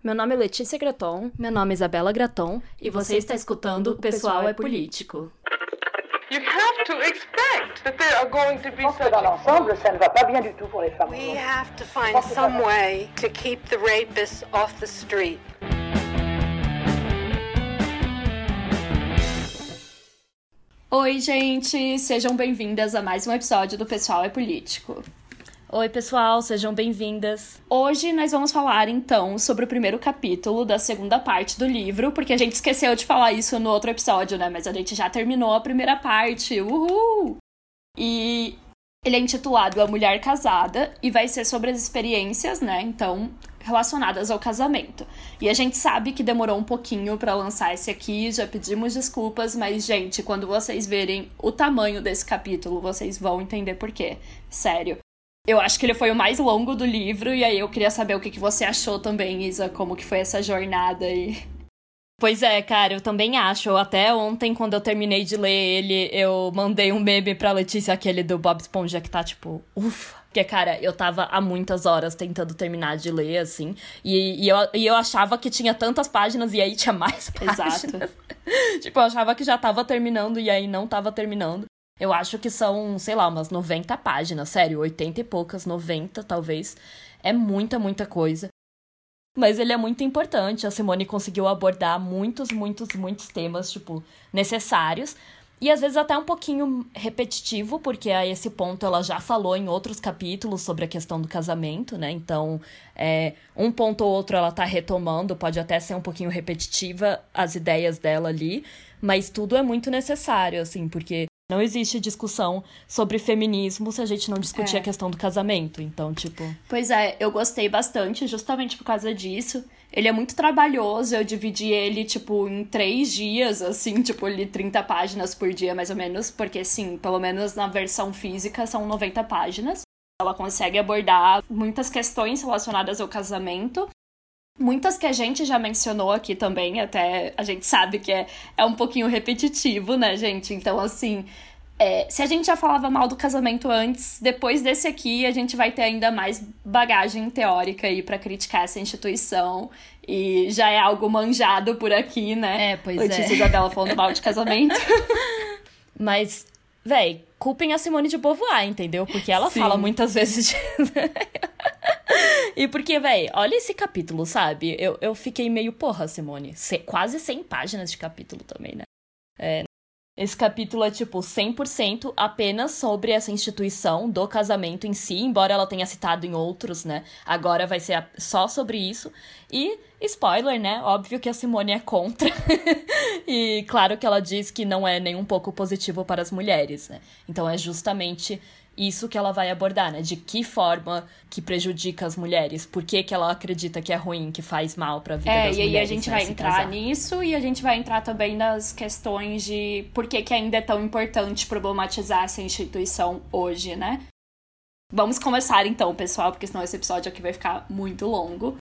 Meu nome é Letícia Graton. Meu nome é Isabela Graton. E você está escutando Pessoal é Político. You have to expect that there are going to be such... Dans l'ensemble, ça ne va pas bien du tout pour les femmes. We have to find some way to keep the rapists off the street. Oi, gente! Sejam bem-vindas a mais um episódio do Pessoal é Político. Oi, pessoal, sejam bem-vindas. Hoje nós vamos falar, então, sobre o primeiro capítulo da segunda parte do livro, porque a gente esqueceu de falar isso no outro episódio, né? Mas a gente já terminou a primeira parte, uhul! E ele é intitulado A Mulher Casada e vai ser sobre as experiências, né? Então, relacionadas ao casamento. E a gente sabe que demorou um pouquinho pra lançar esse aqui, já pedimos desculpas, mas, gente, quando vocês verem o tamanho desse capítulo, vocês vão entender por quê. Sério. Eu acho que ele foi o mais longo do livro, e aí eu queria saber o que você achou também, Isa, como que foi essa jornada aí. Pois é, cara, eu também acho. Até ontem, quando eu terminei de ler ele, eu mandei um meme pra Letícia, aquele do Bob Esponja, que tá tipo, ufa. Porque, cara, eu tava há muitas horas tentando terminar de ler, assim, e eu achava que tinha tantas páginas, e aí tinha mais páginas. Exato. Tipo, eu achava que já tava terminando, e aí não tava terminando. Eu acho que são, sei lá, umas 90 páginas, sério, 80 e poucas, 90 talvez. É muita coisa. Mas ele é muito importante, a Simone conseguiu abordar muitos temas, tipo, necessários. E às vezes até um pouquinho repetitivo, porque a esse ponto ela já falou em outros capítulos sobre a questão do casamento, né? Então, um ponto ou outro ela tá retomando, pode até ser um pouquinho repetitiva as ideias dela ali, mas tudo é muito necessário, assim, porque não existe discussão sobre feminismo se a gente não discutir a questão do casamento. Então, tipo... Pois é, eu gostei bastante justamente por causa disso. Ele é muito trabalhoso, eu dividi ele, tipo, em 3 dias, assim, tipo, li 30 páginas por dia, mais ou menos. Porque, sim, pelo menos na versão física são 90 páginas. Ela consegue abordar muitas questões relacionadas ao casamento. Muitas que a gente já mencionou aqui também, até a gente sabe que é um pouquinho repetitivo, né, gente? Então, assim, se a gente já falava mal do casamento antes, depois desse aqui a gente vai ter ainda mais bagagem teórica aí pra criticar essa instituição. E já é algo manjado por aqui, né? Pois Letícia e Isabela falando mal de casamento. Mas, véi, culpem a Simone de Beauvoir, entendeu? Porque ela Sim. fala muitas vezes disso. E porque, véi, olha esse capítulo, sabe? Eu fiquei meio, porra, Simone, quase 100 páginas de capítulo também, né? Esse capítulo é, tipo, 100% apenas sobre essa instituição do casamento em si, embora ela tenha citado em outros, né? Agora vai ser só sobre isso. E, spoiler, né? Óbvio que a Simone é contra. E claro que ela diz que não é nem um pouco positivo para as mulheres, né? Então é justamente isso que ela vai abordar, né? De que forma que prejudica as mulheres, por que ela acredita que é ruim, que faz mal pra vida das mulheres. E aí a gente vai entrar casar. nisso e a gente vai entrar também nas questões de por que ainda é tão importante problematizar essa instituição hoje, né? Vamos começar então, pessoal, porque senão esse episódio aqui vai ficar muito longo.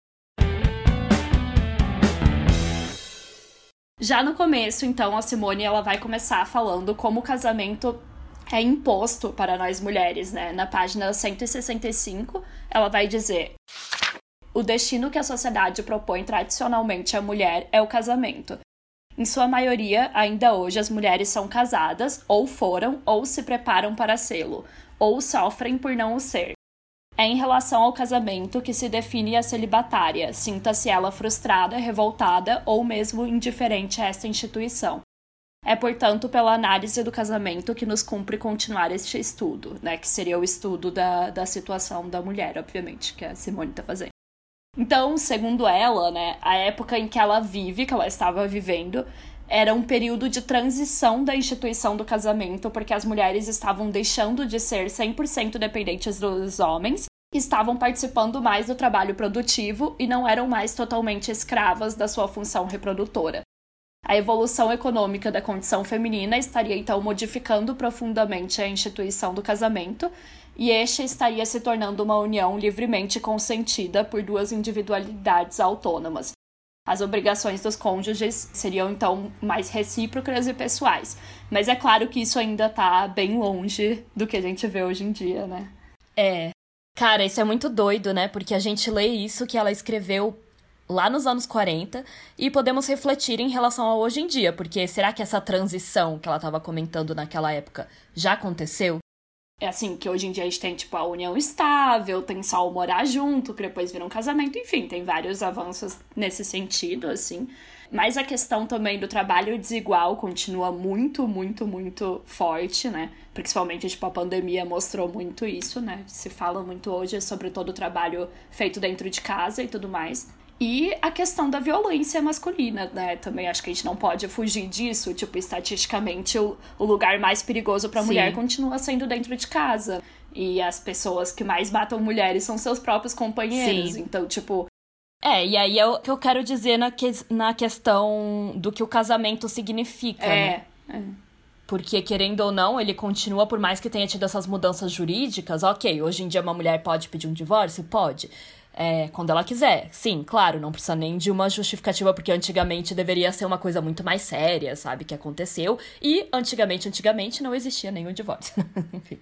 Já no começo, então, a Simone ela vai começar falando como o casamento é imposto para nós mulheres, né? Na página 165, ela vai dizer: o destino que a sociedade propõe tradicionalmente à mulher é o casamento. Em sua maioria, ainda hoje, as mulheres são casadas, ou foram, ou se preparam para sê-lo, ou sofrem por não o ser. É em relação ao casamento que se define a celibatária, sinta-se ela frustrada, revoltada ou mesmo indiferente a esta instituição. É, portanto, pela análise do casamento que nos cumpre continuar este estudo, né? Que seria o estudo da situação da mulher, obviamente, que a Simone tá fazendo. Então, segundo ela, né, a época em que ela vive, que ela estava vivendo, era um período de transição da instituição do casamento, porque as mulheres estavam deixando de ser 100% dependentes dos homens, estavam participando mais do trabalho produtivo e não eram mais totalmente escravas da sua função reprodutora. A evolução econômica da condição feminina estaria, então, modificando profundamente a instituição do casamento, e este estaria se tornando uma união livremente consentida por 2 individualidades autônomas. As obrigações dos cônjuges seriam, então, mais recíprocas e pessoais. Mas é claro que isso ainda tá bem longe do que a gente vê hoje em dia, né? Cara, isso é muito doido, né? Porque a gente lê isso que ela escreveu lá nos anos 40 e podemos refletir em relação ao hoje em dia, porque será que essa transição que ela estava comentando naquela época já aconteceu? É assim, que hoje em dia a gente tem, tipo, a união estável, tem só o morar junto, que depois vira um casamento, enfim, tem vários avanços nesse sentido, assim. Mas a questão também do trabalho desigual continua muito, muito, muito forte, né? Principalmente, tipo, a pandemia mostrou muito isso, né? Se fala muito hoje sobre todo o trabalho feito dentro de casa e tudo mais. E a questão da violência masculina, né? Também acho que a gente não pode fugir disso. Tipo, estatisticamente, o lugar mais perigoso pra mulher continua sendo dentro de casa. E as pessoas que mais matam mulheres são seus próprios companheiros. Sim. Então, tipo... E aí é o que eu quero dizer na questão do que o casamento significa, né? Porque, querendo ou não, ele continua, por mais que tenha tido essas mudanças jurídicas, ok, hoje em dia uma mulher pode pedir um divórcio? Pode. Quando ela quiser. Sim, claro, não precisa nem de uma justificativa, porque antigamente deveria ser uma coisa muito mais séria, sabe, que aconteceu. E antigamente não existia nenhum divórcio. Enfim.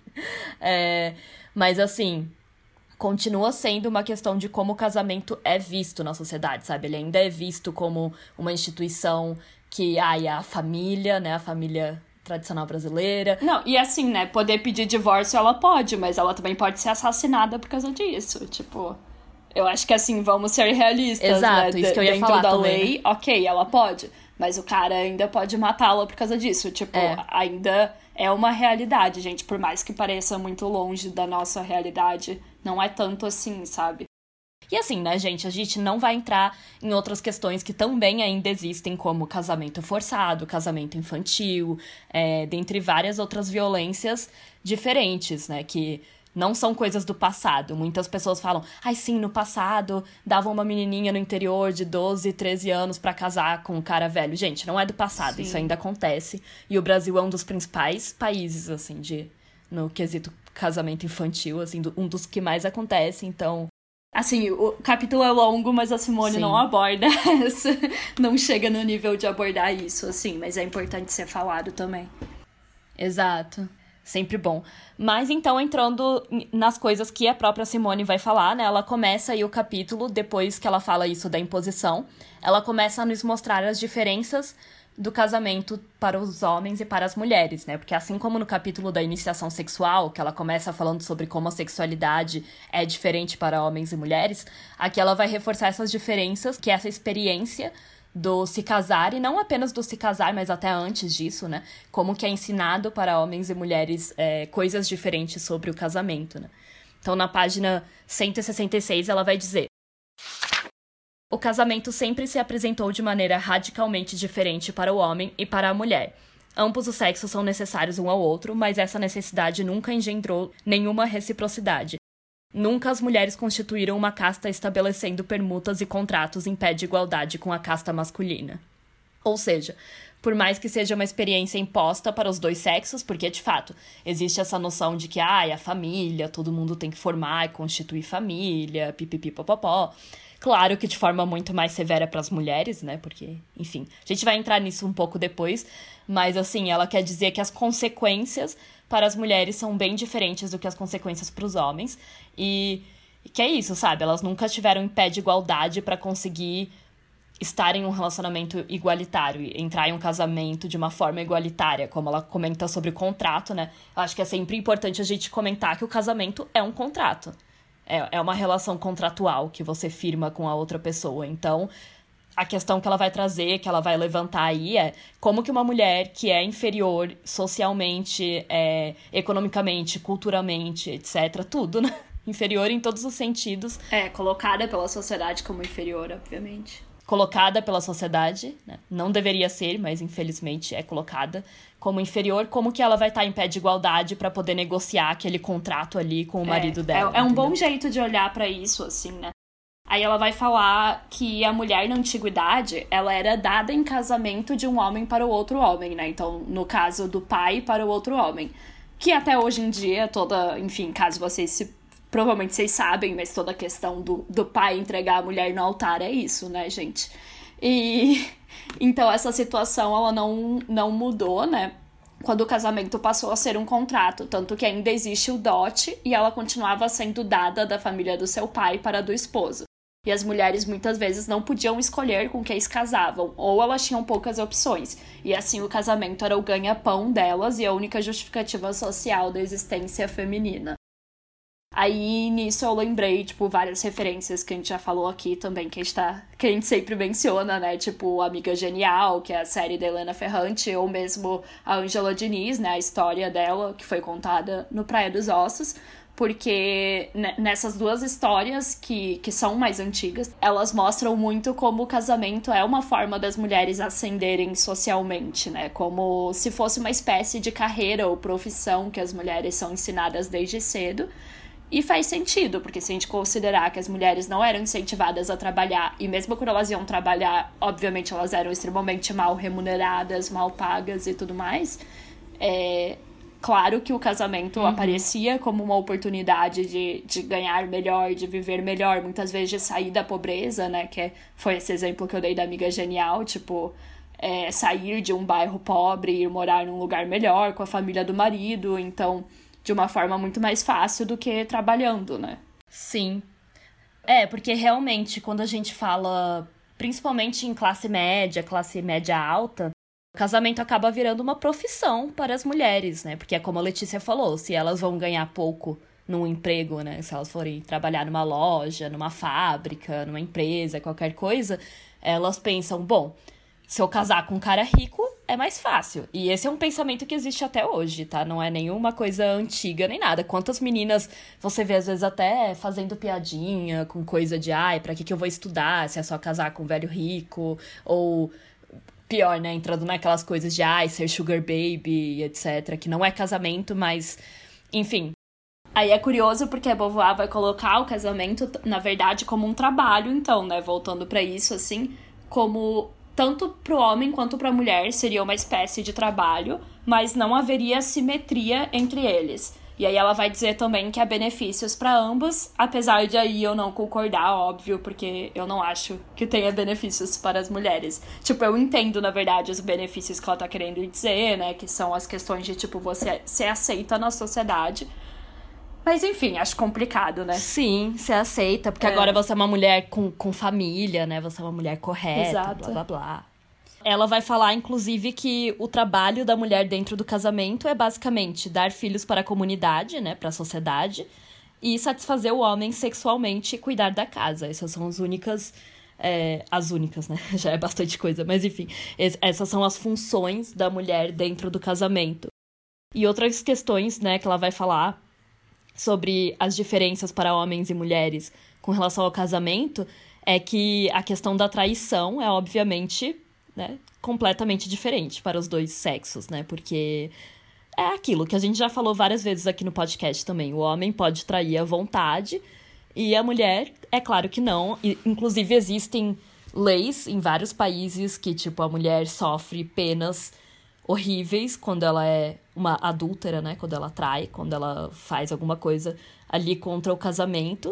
Mas, assim... continua sendo uma questão de como o casamento é visto na sociedade, sabe? Ele ainda é visto como uma instituição que, a família, né? A família tradicional brasileira. Não, e assim, né? Poder pedir divórcio ela pode, mas ela também pode ser assassinada por causa disso. Tipo, eu acho que assim, vamos ser realistas, exato, né? Isso que eu ia dentro falar da também, lei, né? Ok, ela pode. Mas o cara ainda pode matá-la por causa disso. Tipo, ainda é uma realidade, gente. Por mais que pareça muito longe da nossa realidade, não é tanto assim, sabe? E assim, né, gente? A gente não vai entrar em outras questões que também ainda existem, como casamento forçado, casamento infantil, dentre várias outras violências diferentes, né? Que não são coisas do passado. Muitas pessoas falam, sim, no passado davam uma menininha no interior de 12, 13 anos pra casar com um cara velho. Gente, não é do passado, Sim. Isso ainda acontece. E o Brasil é um dos principais países, assim, no quesito casamento infantil, assim, um dos que mais acontece, então... Assim, o capítulo é longo, mas a Simone Sim. não aborda essa, não chega no nível de abordar isso, assim, mas é importante ser falado também. Exato. Sempre bom. Mas então, entrando nas coisas que a própria Simone vai falar, né? Ela começa aí o capítulo, depois que ela fala isso da imposição, ela começa a nos mostrar as diferenças do casamento para os homens e para as mulheres, né? Porque assim como no capítulo da iniciação sexual, que ela começa falando sobre como a sexualidade é diferente para homens e mulheres, aqui ela vai reforçar essas diferenças, que é essa experiência do se casar, e não apenas do se casar, mas até antes disso, né? Como que é ensinado para homens e mulheres coisas diferentes sobre o casamento, né? Então, na página 166, ela vai dizer: o casamento sempre se apresentou de maneira radicalmente diferente para o homem e para a mulher. Ambos os sexos são necessários um ao outro, mas essa necessidade nunca engendrou nenhuma reciprocidade. Nunca as mulheres constituíram uma casta estabelecendo permutas e contratos em pé de igualdade com a casta masculina. Ou seja, por mais que seja uma experiência imposta para os dois sexos, porque, de fato, existe essa noção de que, a família, todo mundo tem que formar e constituir família, pipipipopopó. Claro que de forma muito mais severa para as mulheres, né? Porque, enfim, a gente vai entrar nisso um pouco depois. Mas, assim, ela quer dizer que as consequências para as mulheres são bem diferentes do que as consequências para os homens. E que é isso, sabe? Elas nunca tiveram em pé de igualdade para conseguir estar em um relacionamento igualitário, entrar em um casamento de uma forma igualitária, como ela comenta sobre o contrato, né? Eu acho que é sempre importante a gente comentar que o casamento é um contrato. É uma relação contratual que você firma com a outra pessoa. Então, a questão que ela vai trazer, que ela vai levantar aí é como que uma mulher que é inferior socialmente, economicamente, culturalmente, etc., tudo, né? Inferior em todos os sentidos. Colocada pela sociedade como inferior, obviamente. Colocada pela sociedade, né? Não deveria ser, mas infelizmente é colocada como inferior. Como que ela vai estar em pé de igualdade para poder negociar aquele contrato ali com o marido dela? É um bom jeito de olhar para isso, assim, né? Aí ela vai falar que a mulher na antiguidade, ela era dada em casamento de um homem para o outro homem, né? Então, no caso do pai para o outro homem. Que até hoje em dia, enfim, caso vocês provavelmente vocês sabem, mas toda a questão do pai entregar a mulher no altar é isso, né, gente? E então essa situação, ela não mudou, né? Quando o casamento passou a ser um contrato, tanto que ainda existe o dote e ela continuava sendo dada da família do seu pai para a do esposo. E as mulheres muitas vezes não podiam escolher com quem se casavam, ou elas tinham poucas opções. E assim o casamento era o ganha-pão delas e a única justificativa social da existência feminina. Aí, nisso, eu lembrei, tipo, várias referências que a gente já falou aqui também, que a gente sempre menciona, né? Tipo, Amiga Genial, que é a série da Helena Ferrante, ou mesmo a Ângela Diniz, né? A história dela, que foi contada no Praia dos Ossos. Porque nessas duas histórias, que são mais antigas, elas mostram muito como o casamento é uma forma das mulheres ascenderem socialmente, né? Como se fosse uma espécie de carreira ou profissão que as mulheres são ensinadas desde cedo. E faz sentido, porque se a gente considerar que as mulheres não eram incentivadas a trabalhar, e mesmo quando elas iam trabalhar, obviamente elas eram extremamente mal remuneradas, mal pagas e tudo mais, claro que o casamento aparecia como uma oportunidade de ganhar melhor, de viver melhor, muitas vezes de sair da pobreza, né, foi esse exemplo que eu dei da Amiga Genial, tipo, sair de um bairro pobre e ir morar num lugar melhor com a família do marido, então, de uma forma muito mais fácil do que trabalhando, né. Sim. Porque realmente, quando a gente fala, principalmente em classe média alta, o casamento acaba virando uma profissão para as mulheres, né? Porque é como a Letícia falou, se elas vão ganhar pouco num emprego, né? Se elas forem trabalhar numa loja, numa fábrica, numa empresa, qualquer coisa, elas pensam, bom, se eu casar com um cara rico, é mais fácil. E esse é um pensamento que existe até hoje, tá? Não é nenhuma coisa antiga nem nada. Quantas meninas você vê, às vezes, até fazendo piadinha com coisa de, pra que eu vou estudar se é só casar com um velho rico? Ou pior, né? Entrando naquelas coisas de, ser sugar baby, etc. Que não é casamento, mas, enfim. Aí é curioso porque a Beauvoir vai colocar o casamento, na verdade, como um trabalho, então, né? Voltando pra isso, assim, como tanto pro homem quanto pra mulher seria uma espécie de trabalho, mas não haveria simetria entre eles. E aí ela vai dizer também que há benefícios para ambos, apesar de aí eu não concordar, óbvio, porque eu não acho que tenha benefícios para as mulheres. Tipo, eu entendo, na verdade, os benefícios que ela tá querendo dizer, né? Que são as questões de, tipo, você ser aceita na sociedade. Mas, enfim, acho complicado, né? Sim, você aceita, porque agora você é uma mulher com família, né? Você é uma mulher correta, Exato. blá, blá, blá. Ela vai falar, inclusive, que o trabalho da mulher dentro do casamento é basicamente dar filhos para a comunidade, né? Para a sociedade, e satisfazer o homem sexualmente e cuidar da casa. Essas são as únicas, né? Já é bastante coisa, mas enfim. Essas são as funções da mulher dentro do casamento. E outras questões, né, que ela vai falar sobre as diferenças para homens e mulheres com relação ao casamento é que a questão da traição é, obviamente, né, completamente diferente para os dois sexos, né? Porque é aquilo que a gente já falou várias vezes aqui no podcast também. O homem pode trair à vontade e a mulher, é claro que não. E, inclusive, existem leis em vários países que, tipo, a mulher sofre penas horríveis quando ela é uma adúltera, né? Quando ela trai, quando ela faz alguma coisa ali contra o casamento.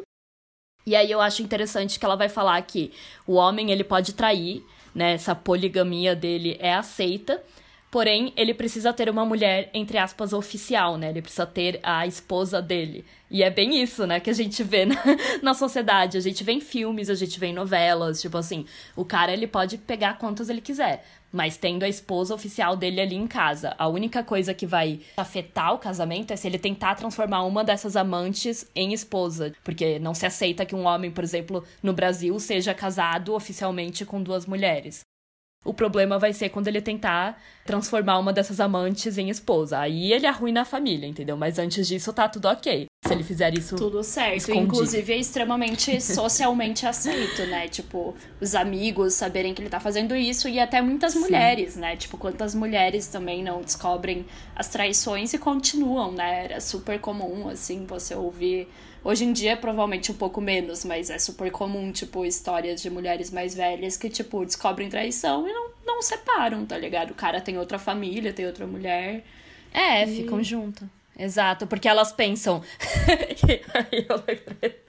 E aí eu acho interessante que ela vai falar que o homem, ele pode trair, né? Essa poligamia dele é aceita, porém, ele precisa ter uma mulher, entre aspas, oficial, né? Ele precisa ter a esposa dele. E é bem isso, né? Que a gente vê na sociedade. A gente vê em filmes, a gente vê em novelas. Tipo assim, o cara, ele pode pegar quantas ele quiser, mas tendo a esposa oficial dele ali em casa. A única coisa que vai afetar o casamento é se ele tentar transformar uma dessas amantes em esposa. Porque não se aceita que um homem, por exemplo, no Brasil, seja casado oficialmente com duas mulheres. O problema vai ser quando ele tentar transformar uma dessas amantes em esposa. Aí ele arruina a família, entendeu? Mas antes disso, tá tudo ok. Se ele fizer isso tudo certo. Escondido. Inclusive, é extremamente socialmente aceito, né? Tipo, os amigos saberem que ele tá fazendo isso e até muitas mulheres, né? Tipo, quantas mulheres também não descobrem as traições e continuam, né? Era super comum, assim, você ouvir... Hoje em dia, provavelmente um pouco menos, mas é super comum, tipo, histórias de mulheres mais velhas que, tipo, descobrem traição e não separam, tá ligado? O cara tem outra família, tem outra mulher. Ficam junto. Exato, porque elas pensam... Aí eu lembrei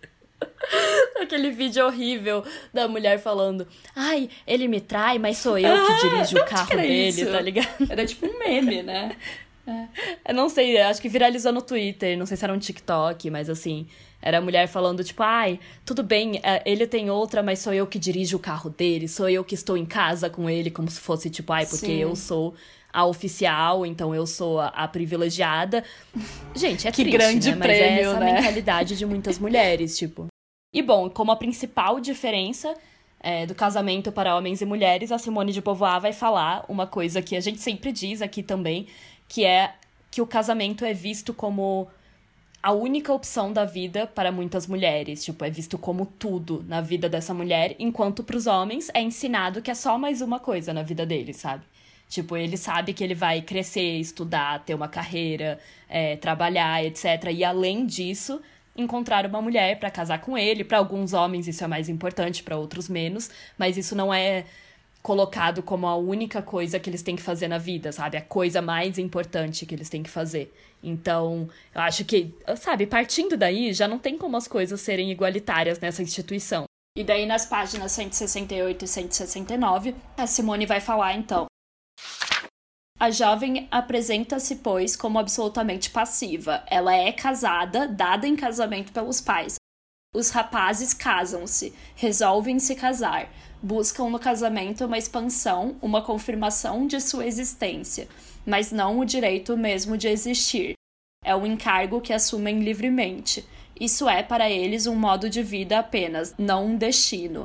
aquele vídeo horrível da mulher falando: ai, ele me trai, mas sou eu que dirijo o carro dele, isso? tá ligado? Era tipo um meme, né? Eu não sei, acho que viralizou no Twitter, não sei se era um TikTok, mas assim, era a mulher falando, tipo, ai, tudo bem, ele tem outra, mas sou eu que dirijo o carro dele, sou eu que estou em casa com ele, como se fosse, tipo, ai, porque eu sou a oficial, então eu sou a privilegiada. Gente, que triste, grande né? Mas prêmio, é essa mentalidade de muitas mulheres, tipo. E bom, como a principal diferença do casamento para homens e mulheres, a Simone de Beauvoir vai falar uma coisa que a gente sempre diz aqui também, que é que o casamento é visto como a única opção da vida para muitas mulheres. Tipo, é visto como tudo na vida dessa mulher, enquanto para os homens é ensinado que é só mais uma coisa na vida deles, sabe? Tipo, ele sabe que ele vai crescer, estudar, ter uma carreira, trabalhar, etc. E além disso, encontrar uma mulher para casar com ele. Para alguns homens isso é mais importante, para outros menos. Mas isso não é colocado como a única coisa que eles têm que fazer na vida, sabe? A coisa mais importante que eles têm que fazer. Então, eu acho que, sabe, partindo daí, já não tem como as coisas serem igualitárias nessa instituição. E daí, nas páginas 168 e 169, a Simone vai falar, então: a jovem apresenta-se, pois, como absolutamente passiva. Ela é casada, dada em casamento pelos pais. Os rapazes casam-se, resolvem se casar, buscam no casamento uma expansão, uma confirmação de sua existência, mas não o direito mesmo de existir. É um encargo que assumem livremente. Isso é para eles um modo de vida apenas, não um destino.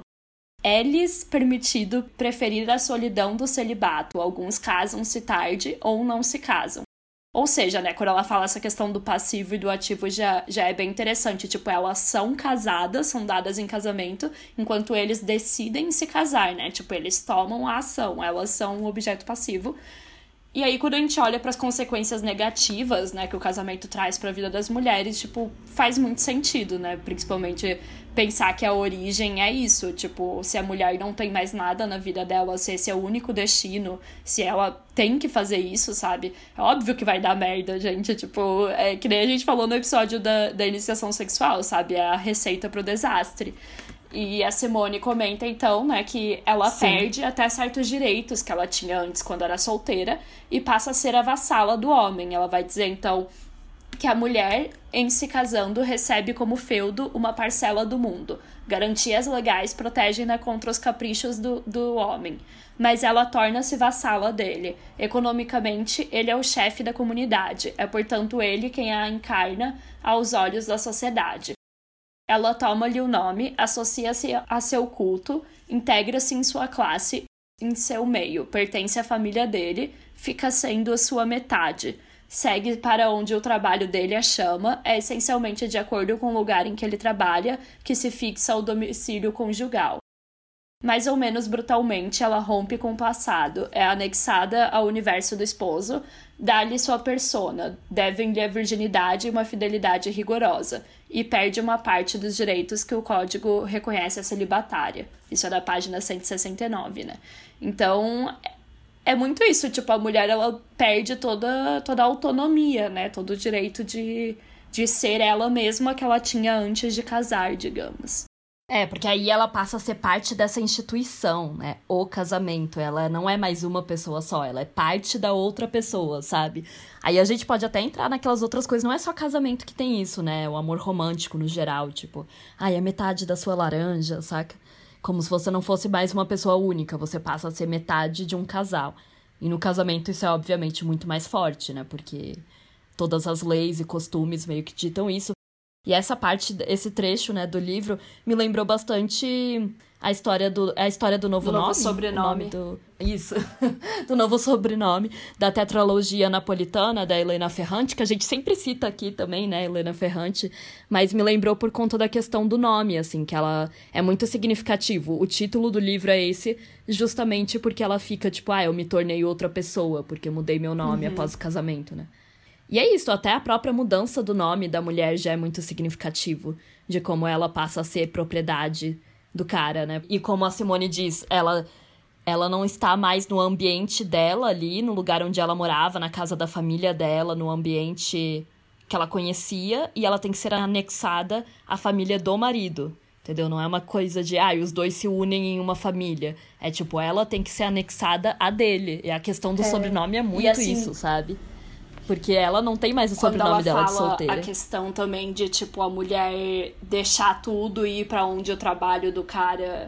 É-lhes permitido preferir a solidão do celibato. Alguns casam-se tarde ou não se casam. Ou seja, né, quando ela fala essa questão do passivo e do ativo já é bem interessante. Tipo, elas são casadas, são dadas em casamento, enquanto eles decidem se casar, né? Tipo, eles tomam a ação, elas são um objeto passivo. E aí, quando a gente olha para as consequências negativas, né, que o casamento traz para a vida das mulheres, tipo, faz muito sentido, né? Principalmente pensar que a origem é isso. Tipo, se a mulher não tem mais nada na vida dela, se esse é o único destino, se ela tem que fazer isso, sabe? É óbvio que vai dar merda, gente. Tipo, é que nem a gente falou no episódio da iniciação sexual, sabe? É a receita pro desastre. E a Simone comenta, então, né, que ela perde até certos direitos que ela tinha antes quando era solteira e passa a ser a vassala do homem. Ela vai dizer, então, que a mulher, em se casando, recebe como feudo uma parcela do mundo. Garantias legais protegem-na contra os caprichos do homem. Mas ela torna-se vassala dele. Economicamente, ele é o chefe da comunidade. É, portanto, ele quem a encarna aos olhos da sociedade. Ela toma-lhe o nome, associa-se a seu culto, integra-se em sua classe, em seu meio, pertence à família dele, fica sendo a sua metade, segue para onde o trabalho dele a chama, é essencialmente de acordo com o lugar em que ele trabalha, que se fixa ao domicílio conjugal. Mais ou menos brutalmente, ela rompe com o passado, é anexada ao universo do esposo, dá-lhe sua persona, devem-lhe a virginidade e uma fidelidade rigorosa, e perde uma parte dos direitos que o código reconhece à celibatária. Isso é da página 169, né? Então, é muito isso, tipo, a mulher, ela perde toda a autonomia, né? Todo o direito de ser ela mesma que ela tinha antes de casar, digamos. Porque aí ela passa a ser parte dessa instituição, né? O casamento. Ela não é mais uma pessoa só, ela é parte da outra pessoa, sabe? Aí a gente pode até entrar naquelas outras coisas. Não é só casamento que tem isso, né? O amor romântico no geral, tipo... é metade da sua laranja, saca? Como se você não fosse mais uma pessoa única. Você passa a ser metade de um casal. E no casamento isso é obviamente muito mais forte, né? Porque todas as leis e costumes meio que ditam isso. E essa parte, esse trecho, né, do livro, me lembrou bastante a história do novo nome. Novo sobrenome. Isso, do novo sobrenome, da tetralogia napolitana, da Elena Ferrante, que a gente sempre cita aqui também, né, Elena Ferrante, mas me lembrou por conta da questão do nome, assim, que ela é muito significativo. O título do livro é esse, justamente porque ela fica, tipo, eu me tornei outra pessoa, porque mudei meu nome após o casamento, né. E é isso, até a própria mudança do nome da mulher já é muito significativo, de como ela passa a ser propriedade do cara, né? E como a Simone diz, ela não está mais no ambiente dela ali, no lugar onde ela morava, na casa da família dela, no ambiente que ela conhecia, e ela tem que ser anexada à família do marido, entendeu? Não é uma coisa de, os dois se unem em uma família. É tipo, ela tem que ser anexada a dele. E a questão do sobrenome é muito assim, isso, sabe? Porque ela não tem mais o Quando sobrenome dela de fala solteira. a questão também de, tipo, a mulher deixar tudo e ir pra onde o trabalho do cara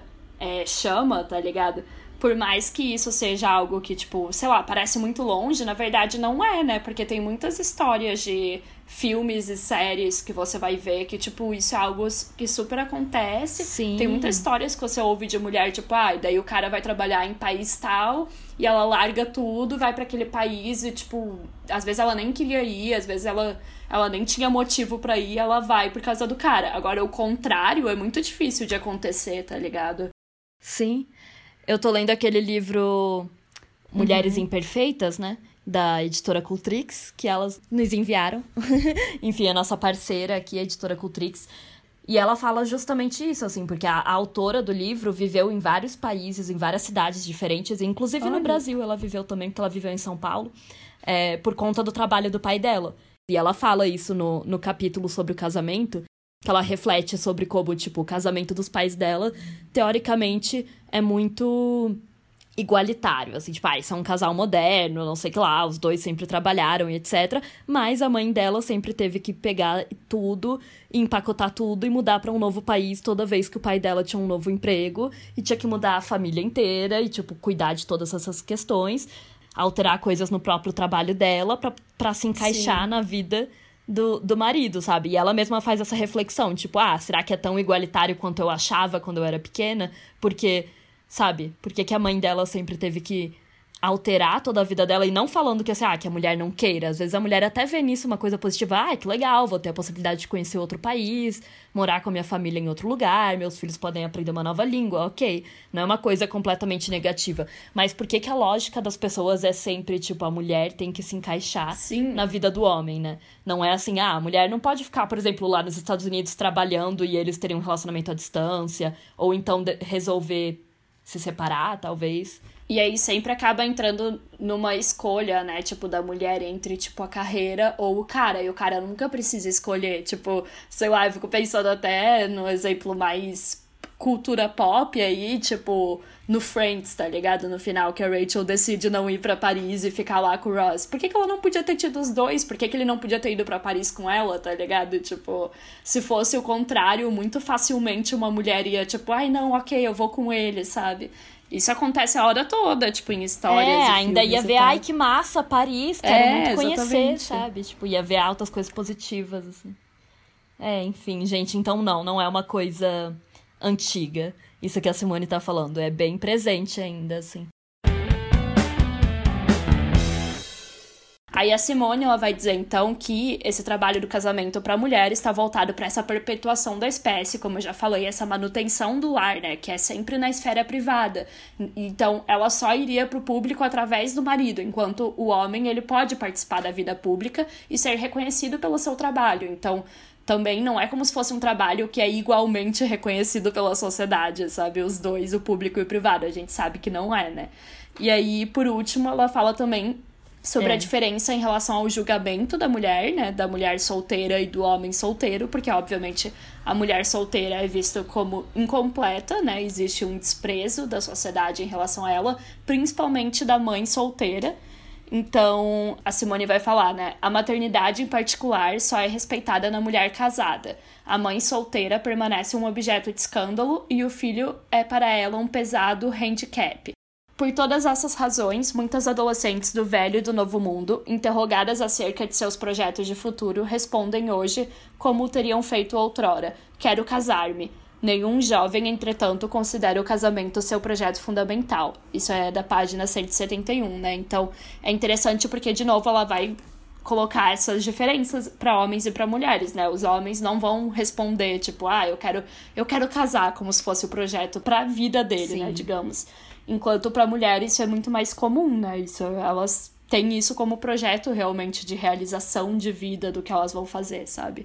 chama, tá ligado? Por mais que isso seja algo que, tipo, sei lá, parece muito longe, na verdade não é, né? Porque tem muitas histórias de filmes e séries que você vai ver que, tipo, isso é algo que super acontece. Sim. Tem muitas histórias que você ouve de mulher, tipo, e daí o cara vai trabalhar em país tal e ela larga tudo, vai pra aquele país e, tipo, às vezes ela nem queria ir, às vezes ela nem tinha motivo pra ir, ela vai por causa do cara. Agora, o contrário é muito difícil de acontecer, tá ligado? Sim. Eu tô lendo aquele livro Mulheres Imperfeitas, né? Da editora Cultrix, que elas nos enviaram. Enfim, a nossa parceira aqui, a editora Cultrix. E ela fala justamente isso, assim, porque a autora do livro viveu em vários países, em várias cidades diferentes, inclusive no Brasil ela viveu também, porque ela viveu em São Paulo, por conta do trabalho do pai dela. E ela fala isso no capítulo sobre o casamento, que ela reflete sobre como, tipo, o casamento dos pais dela, teoricamente, é muito igualitário, assim, tipo, são um casal moderno, não sei o que lá, os dois sempre trabalharam e etc, mas a mãe dela sempre teve que pegar tudo, empacotar tudo e mudar pra um novo país toda vez que o pai dela tinha um novo emprego e tinha que mudar a família inteira e, tipo, cuidar de todas essas questões, alterar coisas no próprio trabalho dela pra se encaixar Sim. na vida do marido, sabe? E ela mesma faz essa reflexão, tipo, será que é tão igualitário quanto eu achava quando eu era pequena? Porque, sabe? Porque que a mãe dela sempre teve que alterar toda a vida dela, e não falando que, assim, que a mulher não queira. Às vezes a mulher até vê nisso uma coisa positiva. Que legal, vou ter a possibilidade de conhecer outro país, morar com a minha família em outro lugar, meus filhos podem aprender uma nova língua, ok. Não é uma coisa completamente negativa. Mas por que a lógica das pessoas é sempre, tipo, a mulher tem que se encaixar na vida do homem, né? Não é assim, a mulher não pode ficar, por exemplo, lá nos Estados Unidos trabalhando e eles terem um relacionamento à distância, ou então resolver se separar, talvez. E aí sempre acaba entrando numa escolha, né, tipo, da mulher entre, tipo, a carreira ou o cara. E o cara nunca precisa escolher, tipo, sei lá, eu fico pensando até no exemplo mais cultura pop aí, tipo, no Friends, tá ligado? No final, que a Rachel decide não ir pra Paris e ficar lá com o Ross. Por que ela não podia ter tido os dois? Por que ele não podia ter ido pra Paris com ela, tá ligado? Tipo, se fosse o contrário, muito facilmente uma mulher ia, tipo, não, ok, eu vou com ele, sabe? Isso acontece a hora toda, tipo, em histórias e ainda ia ver, que massa, Paris, quero muito conhecer, exatamente. sabe? Tipo, ia ver altas coisas positivas, assim. Enfim, gente, então não é uma coisa antiga. Isso que a Simone tá falando, é bem presente ainda, assim. Aí a Simone, ela vai dizer, então, que esse trabalho do casamento para a mulher está voltado para essa perpetuação da espécie, como eu já falei, essa manutenção do lar, né, que é sempre na esfera privada. Então, ela só iria para o público através do marido, enquanto o homem, ele pode participar da vida pública e ser reconhecido pelo seu trabalho. Então, também não é como se fosse um trabalho que é igualmente reconhecido pela sociedade, sabe? Os dois, o público e o privado, a gente sabe que não é, né? E aí, por último, ela fala também sobre a diferença em relação ao julgamento da mulher, né, da mulher solteira e do homem solteiro, porque, obviamente, a mulher solteira é vista como incompleta, né, existe um desprezo da sociedade em relação a ela, principalmente da mãe solteira. Então, a Simone vai falar, né, a maternidade em particular só é respeitada na mulher casada. A mãe solteira permanece um objeto de escândalo e o filho é para ela um pesado handicap. Por todas essas razões, muitas adolescentes do velho e do novo mundo, interrogadas acerca de seus projetos de futuro, respondem hoje como teriam feito outrora: quero casar-me. Nenhum jovem, entretanto, considera o casamento seu projeto fundamental. Isso é da página 171, né? Então, é interessante porque, de novo, ela vai colocar essas diferenças para homens e para mulheres, né? Os homens não vão responder, tipo, eu quero casar, como se fosse o projeto para a vida dele, né? Digamos. Enquanto para mulheres isso é muito mais comum, né? Elas têm isso como projeto realmente de realização de vida do que elas vão fazer, sabe?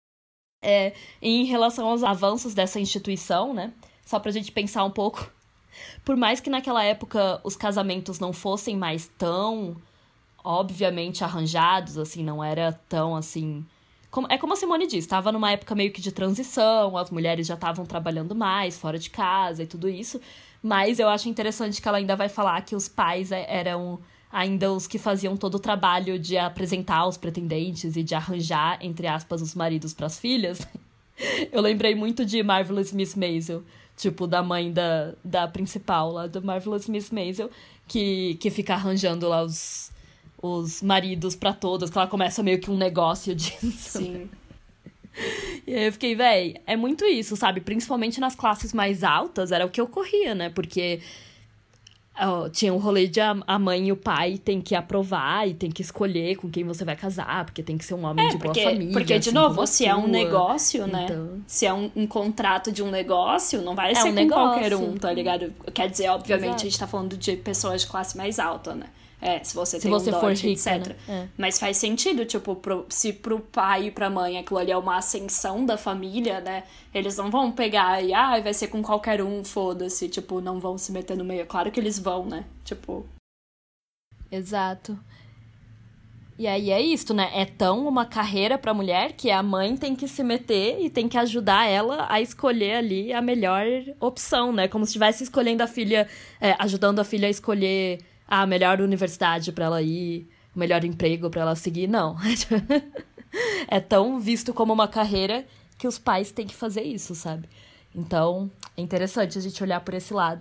Em relação aos avanços dessa instituição, né? Só pra gente pensar um pouco. Por mais que naquela época os casamentos não fossem mais tão obviamente arranjados, assim, não era tão assim... como a Simone disse, estava numa época meio que de transição, as mulheres já estavam trabalhando mais, fora de casa e tudo isso. Mas eu acho interessante que ela ainda vai falar que os pais eram ainda os que faziam todo o trabalho de apresentar os pretendentes e de arranjar, entre aspas, os maridos pras filhas, eu lembrei muito de Marvelous Miss Maisel, tipo, da mãe da principal lá, do Marvelous Miss Maisel, que fica arranjando lá os maridos pra todas, que ela começa meio que um negócio disso. Sim. E aí eu fiquei, véi, é muito isso, sabe? Principalmente nas classes mais altas, era o que ocorria, né? Porque tinha um rolê de a mãe e o pai tem que aprovar e tem que escolher com quem você vai casar, porque tem que ser um homem de boa família. Porque, de assim, novo, se é um negócio, né? Então... Se é um contrato de um negócio, não vai ser um com negócio. Qualquer um, tá ligado? Quer dizer, obviamente, Exato. a gente tá falando de pessoas de classe mais alta, né? Se você tem você um for dote, rica, etc. né? Mas faz sentido, tipo, se pro pai e pra mãe aquilo ali é uma ascensão da família, né? Eles não vão pegar e, vai ser com qualquer um, foda-se. Tipo, não vão se meter no meio. Claro que eles vão, né? Tipo... Exato. E aí é isso, né? É tão uma carreira pra mulher que a mãe tem que se meter e tem que ajudar ela a escolher ali a melhor opção, né? Como se estivesse escolhendo a filha, ajudando a filha a escolher a melhor universidade pra ela ir, o melhor emprego pra ela seguir. Não. É tão visto como uma carreira que os pais têm que fazer isso, sabe? Então, é interessante a gente olhar por esse lado.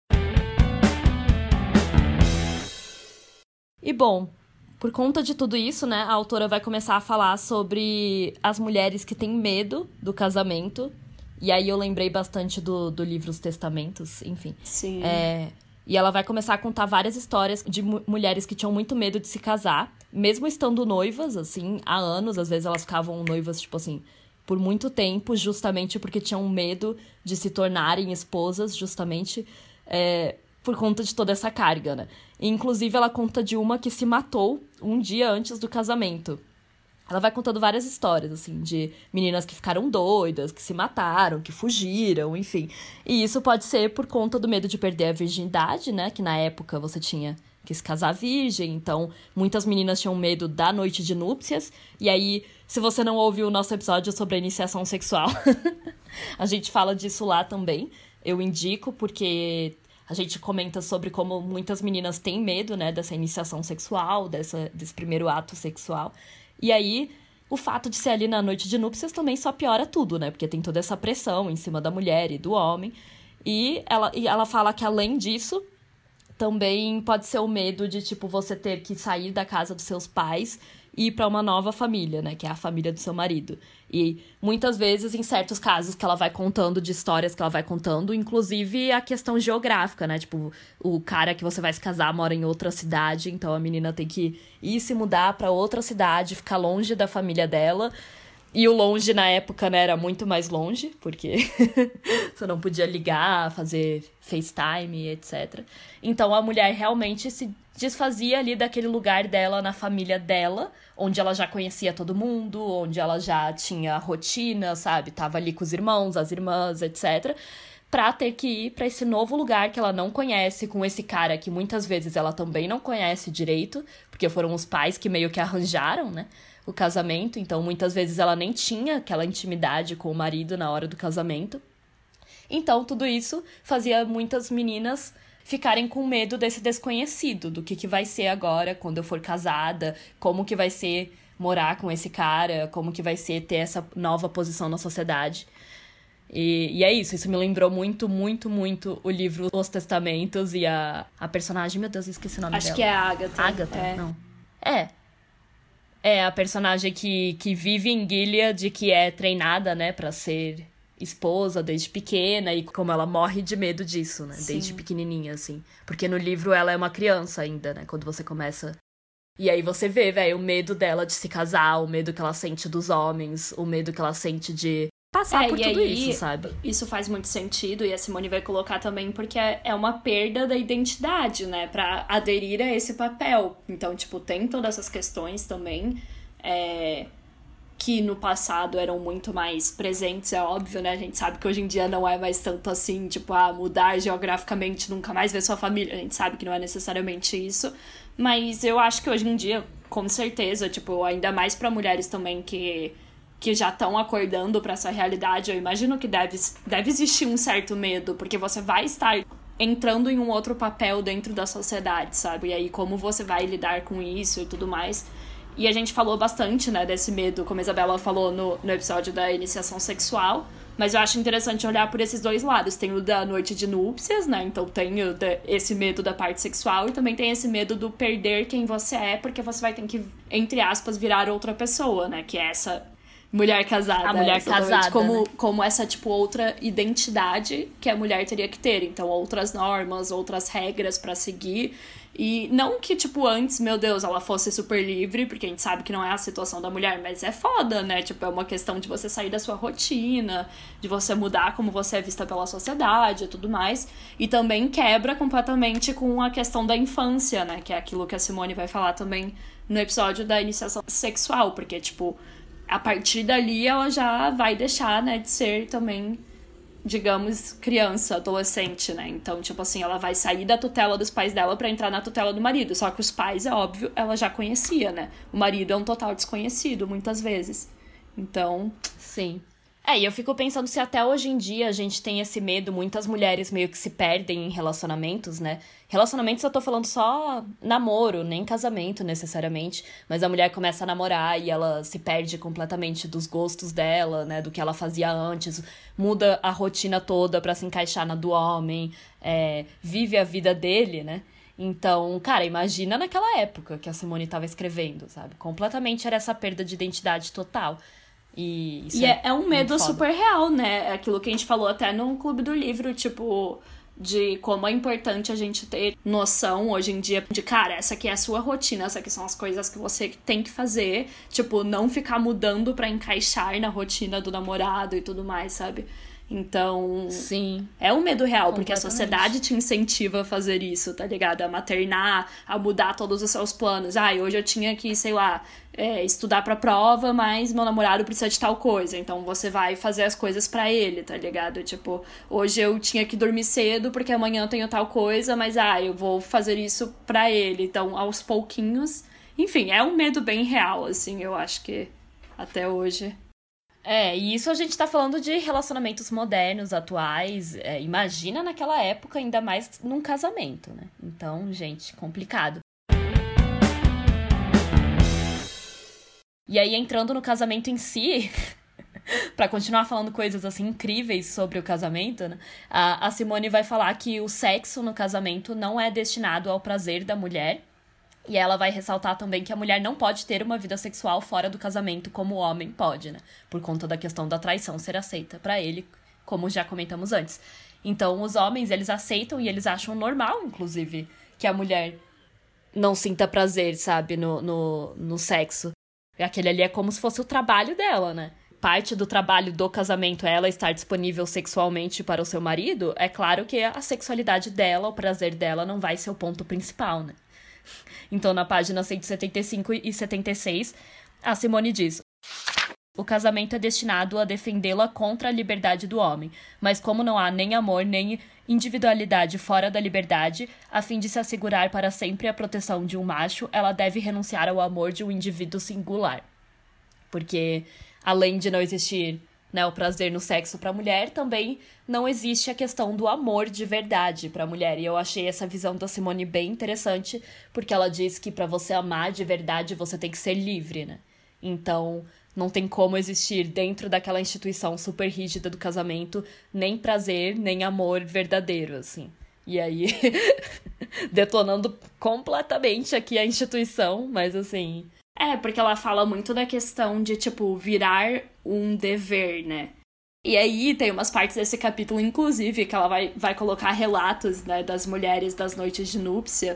E, bom, por conta de tudo isso, né, a autora vai começar a falar sobre as mulheres que têm medo do casamento. E aí eu lembrei bastante do livro Os Testamentos, enfim. Sim. E ela vai começar a contar várias histórias de mulheres que tinham muito medo de se casar, mesmo estando noivas, assim, há anos. Às vezes elas ficavam noivas, tipo assim, por muito tempo, justamente porque tinham medo de se tornarem esposas, justamente por conta de toda essa carga, né? E, inclusive, ela conta de uma que se matou um dia antes do casamento. Ela vai contando várias histórias, assim, de meninas que ficaram doidas, que se mataram, que fugiram, enfim. E isso pode ser por conta do medo de perder a virgindade, né? Que na época você tinha que se casar virgem, então muitas meninas tinham medo da noite de núpcias. E aí, se você não ouviu o nosso episódio sobre a iniciação sexual, a gente fala disso lá também. Eu indico, porque a gente comenta sobre como muitas meninas têm medo, né, dessa iniciação sexual, desse primeiro ato sexual. E aí, o fato de ser ali na noite de núpcias também só piora tudo, né? Porque tem toda essa pressão em cima da mulher e do homem. E ela fala que, além disso, também pode ser o medo de, tipo, você ter que sair da casa dos seus pais e ir para uma nova família, né? Que é a família do seu marido. E muitas vezes, em certos casos que ela vai contando, de histórias que ela vai contando, inclusive a questão geográfica, né? Tipo, o cara que você vai se casar mora em outra cidade, então a menina tem que ir se mudar para outra cidade, ficar longe da família dela. E o longe, na época, né, era muito mais longe, porque você não podia ligar, fazer FaceTime, etc. Então, a mulher realmente se desfazia ali daquele lugar dela na família dela, onde ela já conhecia todo mundo, onde ela já tinha rotina, sabe? Tava ali com os irmãos, as irmãs, etc. Pra ter que ir pra esse novo lugar que ela não conhece, com esse cara que muitas vezes ela também não conhece direito, porque foram os pais que meio que arranjaram, né, o casamento. Então, muitas vezes ela nem tinha aquela intimidade com o marido na hora do casamento. Então, tudo isso fazia muitas meninas ficarem com medo desse desconhecido, do que vai ser agora quando eu for casada, como que vai ser morar com esse cara, como que vai ser ter essa nova posição na sociedade. E é isso me lembrou muito, muito, muito o livro Os Testamentos e a personagem, meu Deus, eu esqueci o nome dela. Acho que é a Agatha. Agatha, não. É a personagem que vive em Gilead, que é treinada, né, pra ser esposa desde pequena, e como ela morre de medo disso, né, Sim. desde pequenininha, assim. Porque no livro ela é uma criança ainda, né, quando você começa. E aí você vê, velho, o medo dela de se casar, o medo que ela sente dos homens, o medo que ela sente de passar por tudo isso, sabe? Isso faz muito sentido, e a Simone vai colocar também porque é uma perda da identidade, né, pra aderir a esse papel. Então, tipo, tem todas essas questões também, que no passado eram muito mais presentes, é óbvio, né, a gente sabe que hoje em dia não é mais tanto assim, tipo, mudar geograficamente, nunca mais ver sua família, a gente sabe que não é necessariamente isso, mas eu acho que hoje em dia, com certeza, tipo, ainda mais pra mulheres também que já estão acordando pra essa realidade, eu imagino que deve existir um certo medo, porque você vai estar entrando em um outro papel dentro da sociedade, sabe? E aí como você vai lidar com isso e tudo mais. E a gente falou bastante, né, desse medo, como a Isabela falou no episódio da iniciação sexual, mas eu acho interessante olhar por esses dois lados. Tem o da noite de núpcias, né, então tem esse medo da parte sexual e também tem esse medo do perder quem você é, porque você vai ter que, entre aspas, virar outra pessoa, né, que é essa mulher casada. A mulher casada, como essa, tipo, outra identidade que a mulher teria que ter. Então, outras normas, outras regras pra seguir. E não que, tipo, antes, meu Deus, ela fosse super livre, porque a gente sabe que não é a situação da mulher, mas é foda, né? Tipo, é uma questão de você sair da sua rotina, de você mudar como você é vista pela sociedade e tudo mais. E também quebra completamente com a questão da infância, né? Que é aquilo que a Simone vai falar também no episódio da iniciação sexual, porque, tipo, a partir dali ela já vai deixar, né, de ser também, digamos, criança, adolescente, né? Então, tipo assim, ela vai sair da tutela dos pais dela pra entrar na tutela do marido. Só que os pais, é óbvio, ela já conhecia, né? O marido é um total desconhecido, muitas vezes. Então... Sim. E eu fico pensando se até hoje em dia a gente tem esse medo, muitas mulheres meio que se perdem em relacionamentos, né? Relacionamentos eu tô falando só namoro, nem casamento necessariamente, mas a mulher começa a namorar e ela se perde completamente dos gostos dela, né? Do que ela fazia antes, muda a rotina toda pra se encaixar na do homem, vive a vida dele, né? Então, cara, imagina naquela época que a Simone tava escrevendo, sabe? Completamente era essa perda de identidade total. E é um medo super real, né? É aquilo que a gente falou até no Clube do Livro, tipo, de como é importante a gente ter noção hoje em dia de, cara, essa aqui é a sua rotina, essas aqui são as coisas que você tem que fazer, tipo, não ficar mudando pra encaixar na rotina do namorado e tudo mais, sabe? Então, sim, é um medo real, porque a sociedade te incentiva a fazer isso, tá ligado? A maternar, a mudar todos os seus planos. Hoje eu tinha que, sei lá, estudar pra prova, mas meu namorado precisa de tal coisa. Então você vai fazer as coisas pra ele, tá ligado? Tipo, hoje eu tinha que dormir cedo porque amanhã eu tenho tal coisa, mas eu vou fazer isso pra ele. Então, aos pouquinhos... Enfim, é um medo bem real, assim, eu acho que até hoje... E isso a gente tá falando de relacionamentos modernos, atuais. Imagina naquela época, ainda mais num casamento, né? Então, gente, complicado. E aí, entrando no casamento em si, pra continuar falando coisas, assim, incríveis sobre o casamento, né? A Simone vai falar que o sexo no casamento não é destinado ao prazer da mulher. E ela vai ressaltar também que a mulher não pode ter uma vida sexual fora do casamento como o homem pode, né? Por conta da questão da traição ser aceita pra ele, como já comentamos antes. Então, os homens, eles aceitam e eles acham normal, inclusive, que a mulher não sinta prazer, sabe, no sexo. Aquele ali é como se fosse o trabalho dela, né? Parte do trabalho do casamento é ela estar disponível sexualmente para o seu marido. É claro que a sexualidade dela, o prazer dela não vai ser o ponto principal, né? Então, na página 175 e 76, a Simone diz: o casamento é destinado a defendê-la contra a liberdade do homem, mas como não há nem amor nem individualidade fora da liberdade, a fim de se assegurar para sempre a proteção de um macho, ela deve renunciar ao amor de um indivíduo singular. Porque, além de não existir, né, o prazer no sexo para a mulher, também não existe a questão do amor de verdade para a mulher. E eu achei essa visão da Simone bem interessante, porque ela diz que para você amar de verdade, você tem que ser livre, né? Então, não tem como existir dentro daquela instituição super rígida do casamento nem prazer, nem amor verdadeiro, assim. E aí, detonando completamente aqui a instituição, mas assim... porque ela fala muito da questão de, tipo, virar um dever, né? E aí tem umas partes desse capítulo, inclusive, que ela vai colocar relatos, né, das mulheres das noites de núpcias,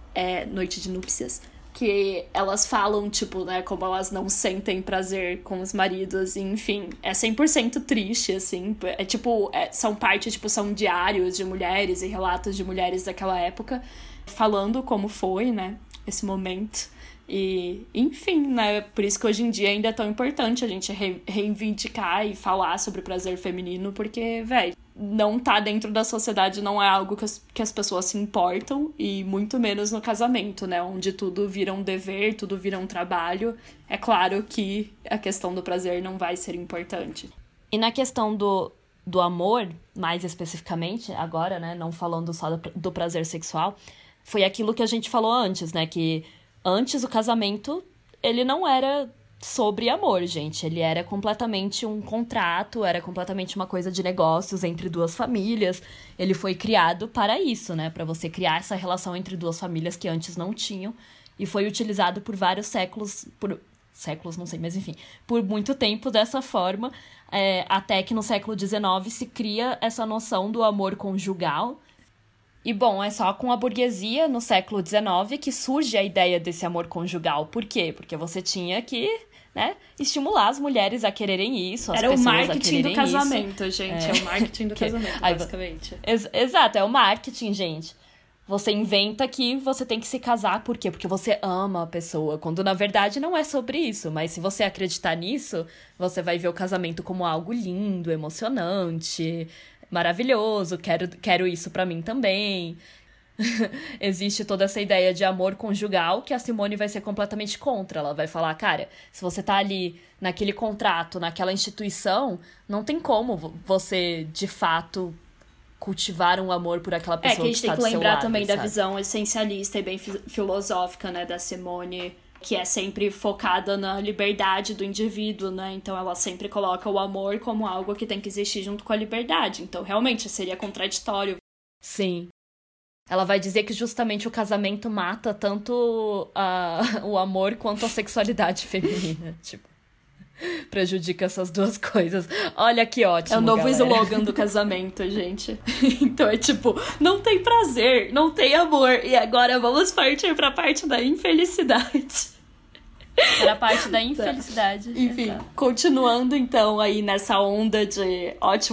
que elas falam, tipo, né, como elas não sentem prazer com os maridos, e, enfim, é 100% triste, assim, são diários de mulheres e relatos de mulheres daquela época, falando como foi, né, esse momento. E, enfim, né, por isso que hoje em dia ainda é tão importante a gente reivindicar e falar sobre o prazer feminino, porque, não tá dentro da sociedade, não é algo que as pessoas se importam, e muito menos no casamento, né, onde tudo vira um dever, tudo vira um trabalho. É claro que a questão do prazer não vai ser importante. E na questão do do amor, mais especificamente, agora, né, não falando só do prazer sexual, foi aquilo que a gente falou antes, né, que antes o casamento, ele não era sobre amor, gente, ele era completamente um contrato, era completamente uma coisa de negócios entre duas famílias, ele foi criado para isso, né, para você criar essa relação entre duas famílias que antes não tinham, e foi utilizado por vários séculos, não sei, mas enfim, por muito tempo dessa forma, até que no século XIX se cria essa noção do amor conjugal. E, bom, é só com a burguesia, no século XIX, que surge a ideia desse amor conjugal. Por quê? Porque você tinha que, né, estimular as mulheres a quererem isso, as pessoas a quererem isso. Era o marketing do casamento, gente. É o marketing do casamento, basicamente. Exato, é o marketing, gente. Você inventa que você tem que se casar, por quê? Porque você ama a pessoa, quando na verdade não é sobre isso. Mas se você acreditar nisso, você vai ver o casamento como algo lindo, emocionante, maravilhoso, quero isso pra mim também. Existe toda essa ideia de amor conjugal que a Simone vai ser completamente contra. Ela vai falar, cara, se você tá ali naquele contrato, naquela instituição, não tem como você, de fato, cultivar um amor por aquela pessoa que está do seu lado. Que a gente tem que lembrar também sabe? da visão essencialista e bem filosófica, né, da Simone, que é sempre focada na liberdade do indivíduo, né? Então ela sempre coloca o amor como algo que tem que existir junto com a liberdade. Então realmente seria contraditório. Sim. Ela vai dizer que justamente o casamento mata tanto o amor quanto a sexualidade feminina, tipo. Prejudica essas duas coisas. Olha que ótimo, é o novo galera. slogan do casamento, gente. Então é tipo, não tem prazer, não tem amor. E agora vamos partir pra parte da infelicidade. Era a parte da infelicidade. Enfim, exato. Continuando então aí nessa onda de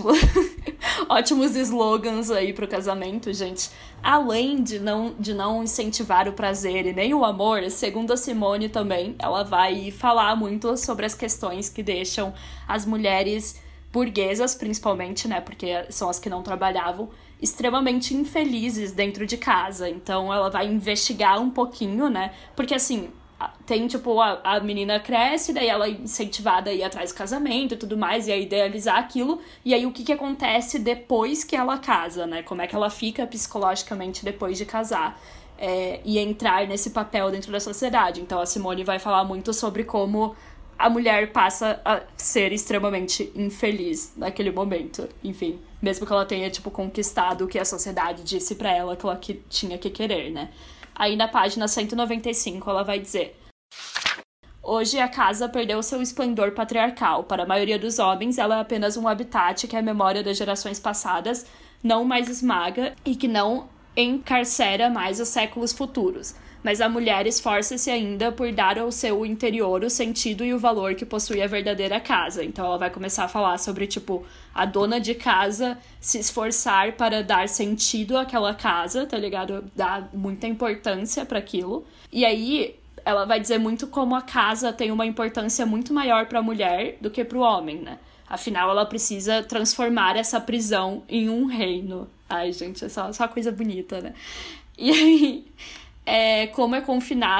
ótimos slogans aí pro casamento, gente. Além de não incentivar o prazer e nem o amor, segundo a Simone também, ela vai falar muito sobre as questões que deixam as mulheres burguesas, principalmente, né, porque são as que não trabalhavam, extremamente infelizes dentro de casa. Então ela vai investigar um pouquinho, né, porque assim, tem, tipo, a menina cresce, daí ela é incentivada a ir atrás do casamento e tudo mais, e a idealizar aquilo, e aí o que acontece depois que ela casa, né? Como é que ela fica psicologicamente depois de casar e entrar nesse papel dentro da sociedade. Então a Simone vai falar muito sobre como a mulher passa a ser extremamente infeliz naquele momento. Enfim, mesmo que ela tenha, tipo, conquistado o que a sociedade disse pra ela que ela tinha que querer, né? Aí na página 195 ela vai dizer: hoje a casa perdeu seu esplendor patriarcal. Para a maioria dos homens, ela é apenas um habitat que a memória das gerações passadas não mais esmaga e que não encarcera mais os séculos futuros. Mas a mulher esforça-se ainda por dar ao seu interior o sentido e o valor que possui a verdadeira casa. Então ela vai começar a falar sobre, tipo, a dona de casa se esforçar para dar sentido àquela casa, tá ligado? Dar muita importância para aquilo. E aí ela vai dizer muito como a casa tem uma importância muito maior para a mulher do que para o homem, né? Afinal, ela precisa transformar essa prisão em um reino. Ai, gente, é só coisa bonita, né? E aí, como ela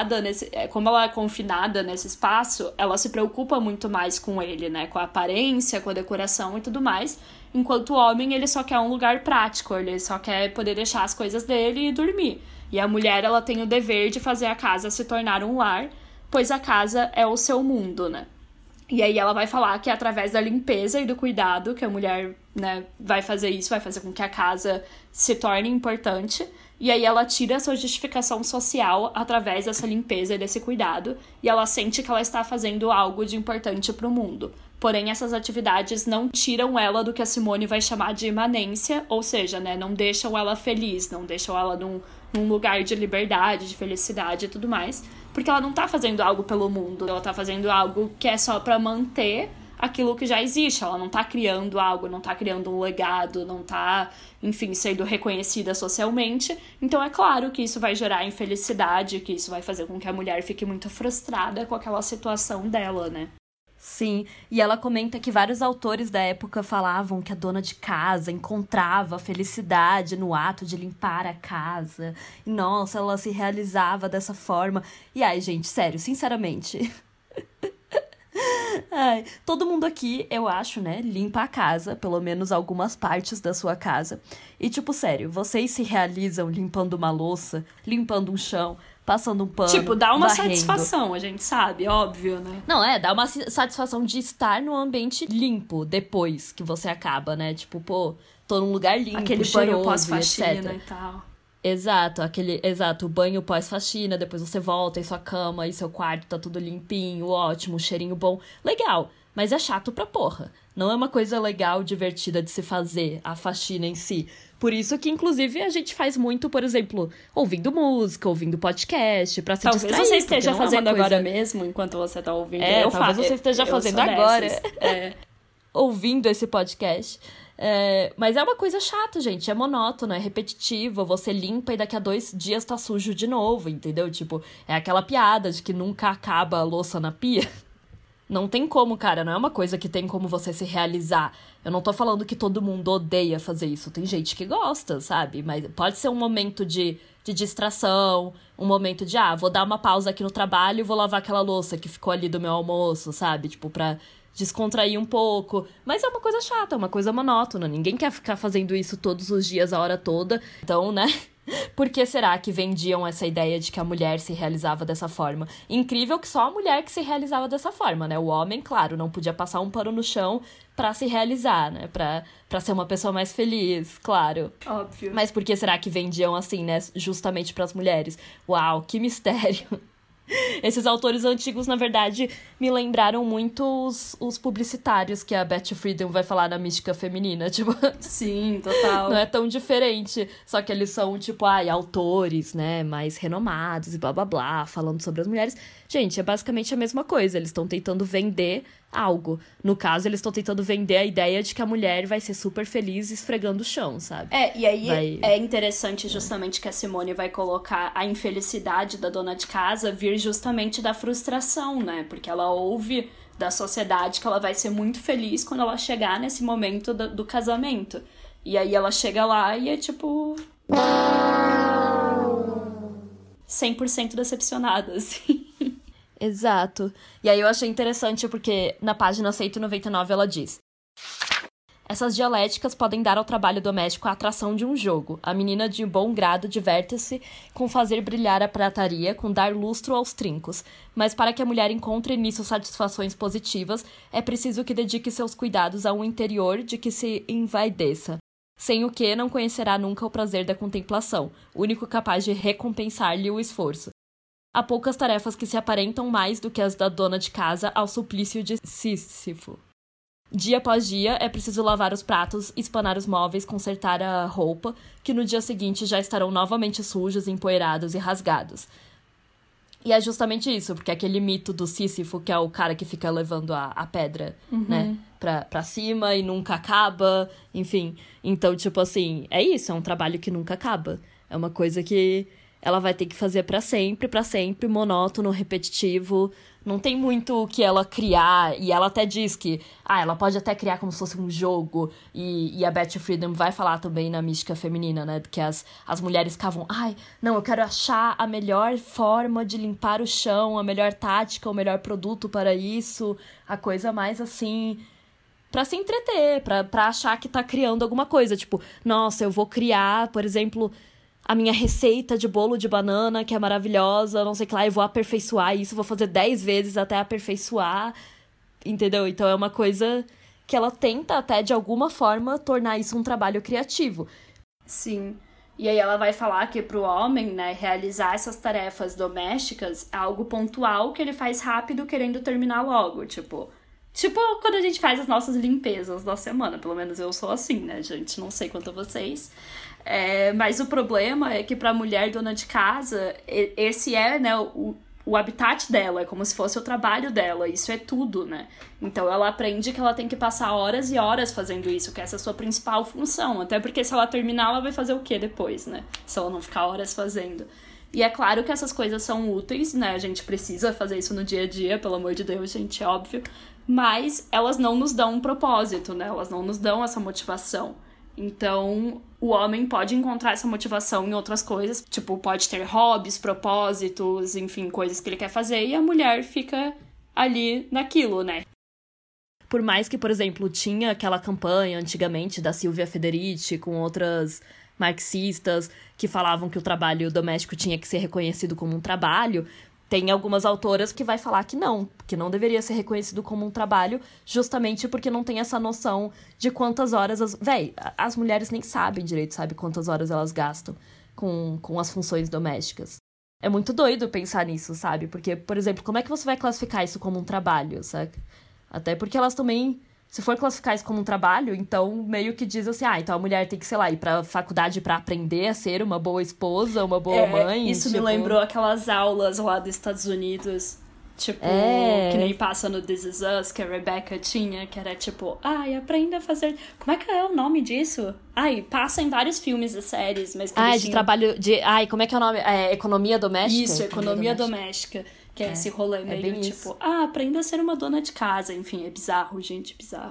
é confinada nesse espaço, ela se preocupa muito mais com ele, né? Com a aparência, com a decoração e tudo mais. Enquanto o homem, ele só quer um lugar prático, ele só quer poder deixar as coisas dele e dormir. E a mulher, ela tem o dever de fazer a casa se tornar um lar, pois a casa é o seu mundo, né? E aí ela vai falar que é através da limpeza e do cuidado que a mulher, né, vai fazer isso, vai fazer com que a casa se torne importante. E aí ela tira a sua justificação social através dessa limpeza e desse cuidado. E ela sente que ela está fazendo algo de importante para o mundo. Porém, essas atividades não tiram ela do que a Simone vai chamar de imanência. Ou seja, né, não deixam ela feliz, não deixam ela num lugar de liberdade, de felicidade e tudo mais. Porque ela não tá fazendo algo pelo mundo. Ela tá fazendo algo que é só para manter aquilo que já existe. Ela não tá criando algo, não tá criando um legado, não tá, enfim, sendo reconhecida socialmente. Então é claro que isso vai gerar infelicidade, que isso vai fazer com que a mulher fique muito frustrada com aquela situação dela, né? Sim, e ela comenta que vários autores da época falavam que a dona de casa encontrava felicidade no ato de limpar a casa. E, nossa, ela se realizava dessa forma. E, ai, gente, sério, sinceramente... Ai, todo mundo aqui, eu acho, né, limpa a casa, pelo menos algumas partes da sua casa. E, tipo, sério, vocês se realizam limpando uma louça, limpando um chão, passando um pano, tipo, dá uma varrendo. satisfação, a gente sabe, óbvio, né? Não, dá uma satisfação de estar no ambiente limpo depois que você acaba, né? Tipo, pô, tô num lugar limpo, Aquele cheiroso, banho pós-faxina etc. e tal. Exato, o banho pós-faxina, depois você volta em sua cama e seu quarto tá tudo limpinho, ótimo, cheirinho bom. Legal, mas é chato pra porra. Não é uma coisa legal, divertida de se fazer, a faxina em si. Por isso que, inclusive, a gente faz muito, por exemplo, ouvindo música, ouvindo podcast, pra se Talvez distrair. você esteja porque não é fazendo uma coisa... agora mesmo, enquanto você tá ouvindo. Talvez você esteja fazendo agora. Ouvindo esse podcast. Mas é uma coisa chata, gente. É monótono, é repetitivo. Você limpa e daqui a 2 dias tá sujo de novo, entendeu? Tipo, é aquela piada de que nunca acaba a louça na pia. Não tem como, cara. Não é uma coisa que tem como você se realizar. Eu não tô falando que todo mundo odeia fazer isso. Tem gente que gosta, sabe? Mas pode ser um momento de distração, um momento de, vou dar uma pausa aqui no trabalho e vou lavar aquela louça que ficou ali do meu almoço, sabe? Tipo, pra descontrair um pouco. Mas é uma coisa chata, é uma coisa monótona. Ninguém quer ficar fazendo isso todos os dias, a hora toda. Então, né? Por que será que vendiam essa ideia de que a mulher se realizava dessa forma? Incrível que só a mulher que se realizava dessa forma, né? O homem, claro, não podia passar um pano no chão pra se realizar, né? Pra ser uma pessoa mais feliz, claro. Óbvio. Mas por que será que vendiam assim, né? Justamente pras mulheres? Uau, que mistério. Esses autores antigos, na verdade, me lembraram muito os publicitários que a Betty Friedan vai falar na Mística Feminina, tipo... Sim, total. Não é tão diferente, só que eles são, tipo, autores, né, mais renomados e blá, blá, blá, falando sobre as mulheres. Gente, é basicamente a mesma coisa, eles estão tentando vender algo. No caso, eles estão tentando vender a ideia de que a mulher vai ser super feliz esfregando o chão, sabe? E aí é interessante justamente que a Simone vai colocar a infelicidade da dona de casa vir justamente da frustração, né? Porque ela ouve da sociedade que ela vai ser muito feliz quando ela chegar nesse momento do casamento. E aí ela chega lá e é tipo... 100% decepcionada, assim. Exato. E aí eu achei interessante porque na página 199 ela diz: essas dialéticas podem dar ao trabalho doméstico a atração de um jogo. A menina de bom grado diverte-se com fazer brilhar a prataria, com dar lustro aos trincos. Mas para que a mulher encontre nisso satisfações positivas, é preciso que dedique seus cuidados a um interior de que se envaideça. Sem o que não conhecerá nunca o prazer da contemplação, único capaz de recompensar-lhe o esforço. Há poucas tarefas que se aparentam mais do que as da dona de casa ao suplício de Sísifo. Dia após dia, é preciso lavar os pratos, espanar os móveis, consertar a roupa, que no dia seguinte já estarão novamente sujos, empoeirados e rasgados. E é justamente isso, porque aquele mito do Sísifo, que é o cara que fica levando a pedra, né, pra cima e nunca acaba, enfim. Então, tipo assim, é isso, é um trabalho que nunca acaba. É uma coisa que ela vai ter que fazer pra sempre, monótono, repetitivo. Não tem muito o que ela criar. E ela até diz que ela pode até criar como se fosse um jogo. E a Betty Friedan vai falar também na Mística Feminina, né? Que as mulheres ficavam, não, eu quero achar a melhor forma de limpar o chão, a melhor tática, o melhor produto para isso. A coisa mais assim... pra se entreter, pra achar que tá criando alguma coisa. Tipo, nossa, eu vou criar, por exemplo... a minha receita de bolo de banana, que é maravilhosa, não sei o que lá, eu vou aperfeiçoar isso, vou fazer 10 vezes até aperfeiçoar, entendeu? Então é uma coisa que ela tenta até, de alguma forma, tornar isso um trabalho criativo. Sim. E aí ela vai falar que pro homem, né, realizar essas tarefas domésticas é algo pontual que ele faz rápido, querendo terminar logo, Tipo, quando a gente faz as nossas limpezas da semana, pelo menos eu sou assim, né, gente? Não sei quanto a vocês. Mas o problema é que pra mulher dona de casa, esse é, né, o habitat dela, é como se fosse o trabalho dela, isso é tudo, né? Então ela aprende que ela tem que passar horas e horas fazendo isso, que essa é a sua principal função, até porque se ela terminar, ela vai fazer o quê depois, né? Se ela não ficar horas fazendo. E é claro que essas coisas são úteis, né? A gente precisa fazer isso no dia a dia, pelo amor de Deus, gente, é óbvio. Mas elas não nos dão um propósito, né? Elas não nos dão essa motivação. Então, o homem pode encontrar essa motivação em outras coisas. Tipo, pode ter hobbies, propósitos, enfim, coisas que ele quer fazer. E a mulher fica ali naquilo, né? por mais que, por exemplo, tinha aquela campanha antigamente da Silvia Federici com outras marxistas que falavam que o trabalho doméstico tinha que ser reconhecido como um trabalho, tem algumas autoras que vai falar que não deveria ser reconhecido como um trabalho, justamente porque não tem essa noção de quantas horas... as mulheres nem sabem direito, sabe, quantas horas elas gastam com as funções domésticas. É muito doido pensar nisso, sabe? Porque, por exemplo, como é que você vai classificar isso como um trabalho, sabe? Até porque elas também... Se for classificar isso como um trabalho, então meio que diz assim, então a mulher tem que, sei lá, ir pra faculdade pra aprender a ser uma boa esposa, uma boa mãe. Isso me lembrou aquelas aulas lá dos Estados Unidos, tipo, que nem passa no This Is Us, que a Rebecca tinha, que era tipo, aprenda a fazer... Como é que é o nome disso? Passa em vários filmes e séries, mas... de trabalho... como é que é o nome? Economia doméstica? Isso, economia doméstica. Que é esse rolê meio tipo, aprenda a ser uma dona de casa. Enfim, é bizarro, gente, bizarro.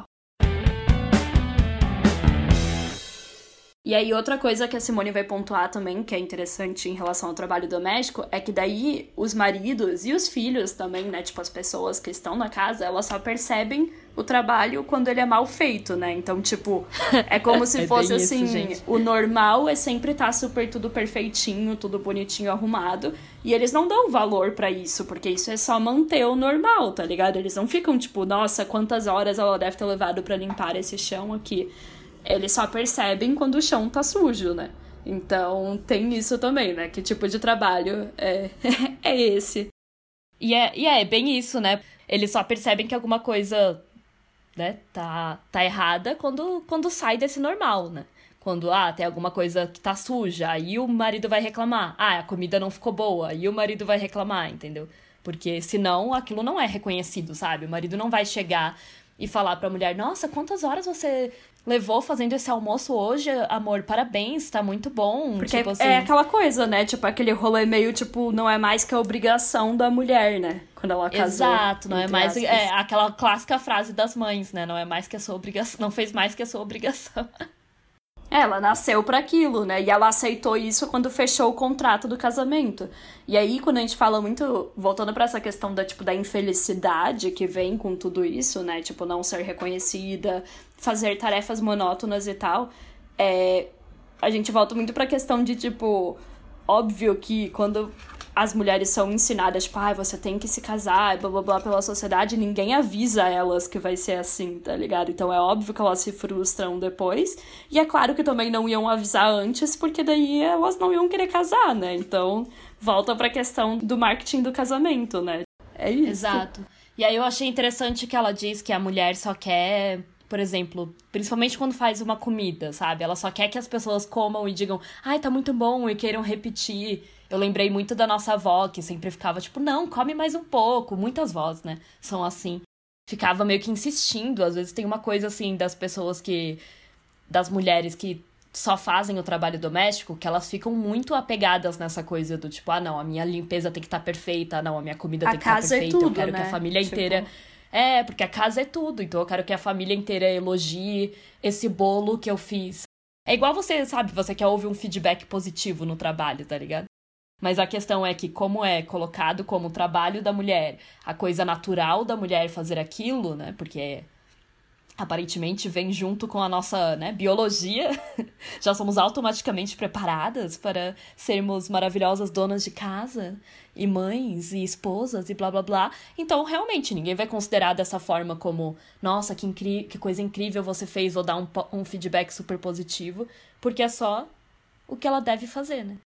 E aí, outra coisa que a Simone vai pontuar também, que é interessante em relação ao trabalho doméstico, é que daí os maridos e os filhos também, né, tipo, as pessoas que estão na casa, elas só percebem o trabalho quando ele é mal feito, né? Então, tipo, é como se fosse assim, o normal é sempre estar super tudo perfeitinho, tudo bonitinho, arrumado, e eles não dão valor pra isso, porque isso é só manter o normal, tá ligado? Eles não ficam tipo, nossa, quantas horas ela deve ter levado pra limpar esse chão aqui. Eles só percebem quando o chão tá sujo, né? Então, tem isso também, né? Que tipo de trabalho é esse? E é bem isso, né? Eles só percebem que alguma coisa, né, tá errada quando sai desse normal, né? Quando, tem alguma coisa que tá suja, aí o marido vai reclamar. A comida não ficou boa, aí o marido vai reclamar, entendeu? Porque senão aquilo não é reconhecido, sabe? O marido não vai chegar e falar pra mulher, nossa, quantas horas você levou fazendo esse almoço hoje, amor, parabéns, tá muito bom. Porque tipo assim... é aquela coisa, né? Tipo, aquele rolê meio, tipo, não é mais que a obrigação da mulher, né? Quando ela casou. Exato, não é mais... aquela clássica frase das mães, né? Não é mais que a sua obrigação, não fez mais que a sua obrigação. Ela nasceu pra aquilo, né? E ela aceitou isso quando fechou o contrato do casamento. E aí, quando a gente fala muito... Voltando pra essa questão da infelicidade que vem com tudo isso, né? Tipo, não ser reconhecida, fazer tarefas monótonas e tal. A gente volta muito pra questão de, tipo... Óbvio que quando as mulheres são ensinadas, tipo, você tem que se casar, blá, blá, blá, pela sociedade, ninguém avisa elas que vai ser assim, tá ligado? Então é óbvio que elas se frustram depois. E é claro que também não iam avisar antes, porque daí elas não iam querer casar, né? Então, volta pra questão do marketing do casamento, né? É isso. Exato. E aí eu achei interessante que ela diz que a mulher só quer... Por exemplo, principalmente quando faz uma comida, sabe? Ela só quer que as pessoas comam e digam, tá muito bom, e queiram repetir. Eu lembrei muito da nossa avó, que sempre ficava tipo, não, come mais um pouco. Muitas vós, né, são assim. Ficava meio que insistindo. Às vezes tem uma coisa assim das mulheres que só fazem o trabalho doméstico, que elas ficam muito apegadas nessa coisa do tipo, não, a minha limpeza tem que estar perfeita, não, a minha comida tem que estar perfeita, eu quero que a família inteira... porque a casa é tudo, então eu quero que a família inteira elogie esse bolo que eu fiz. É igual você, sabe, você quer ouvir um feedback positivo no trabalho, tá ligado? Mas a questão é que como é colocado como trabalho da mulher, a coisa natural da mulher fazer aquilo, né, porque aparentemente vem junto com a nossa, né, biologia, já somos automaticamente preparadas para sermos maravilhosas donas de casa, e mães, e esposas, e blá blá blá. Então, realmente, ninguém vai considerar dessa forma como, nossa, que coisa incrível você fez, vou dar um feedback super positivo, porque é só o que ela deve fazer, né?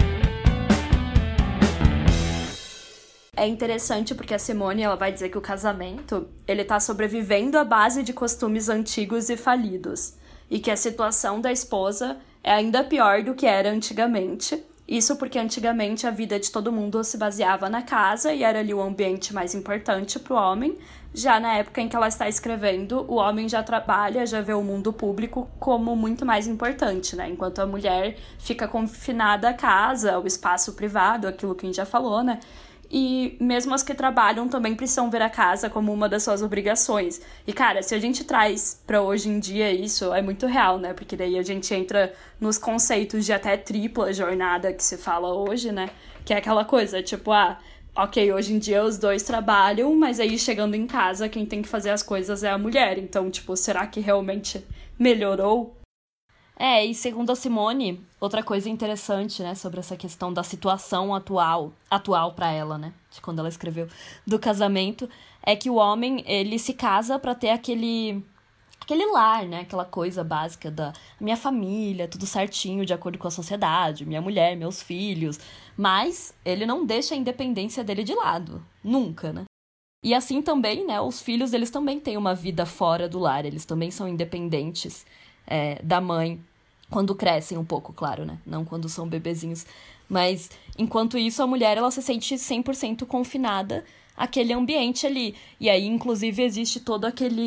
É interessante porque a Simone, ela vai dizer que o casamento, ele tá sobrevivendo à base de costumes antigos e falidos. E que a situação da esposa é ainda pior do que era antigamente. Isso porque antigamente a vida de todo mundo se baseava na casa e era ali o ambiente mais importante pro homem. Já na época em que ela está escrevendo, o homem já trabalha, já vê o mundo público como muito mais importante, né? Enquanto a mulher fica confinada à casa, ao espaço privado, aquilo que a gente já falou, né? E mesmo as que trabalham também precisam ver a casa como uma das suas obrigações. E, cara, se a gente traz pra hoje em dia isso, é muito real, né? Porque daí a gente entra nos conceitos de até tripla jornada que se fala hoje, né? Que é aquela coisa, tipo, ok, hoje em dia os dois trabalham, mas aí chegando em casa, quem tem que fazer as coisas é a mulher. Então, tipo, será que realmente melhorou? E segundo a Simone, outra coisa interessante, né, sobre essa questão da situação atual pra ela, né, de quando ela escreveu, do casamento, é que o homem, ele se casa pra ter aquele lar, né, aquela coisa básica da minha família, tudo certinho, de acordo com a sociedade, minha mulher, meus filhos, mas ele não deixa a independência dele de lado, nunca, né. E assim também, né, os filhos, eles também têm uma vida fora do lar, eles também são independentes da mãe, quando crescem um pouco, claro, né? Não quando são bebezinhos. Mas, enquanto isso, a mulher, ela se sente 100% confinada àquele ambiente ali. E aí, inclusive, existe todo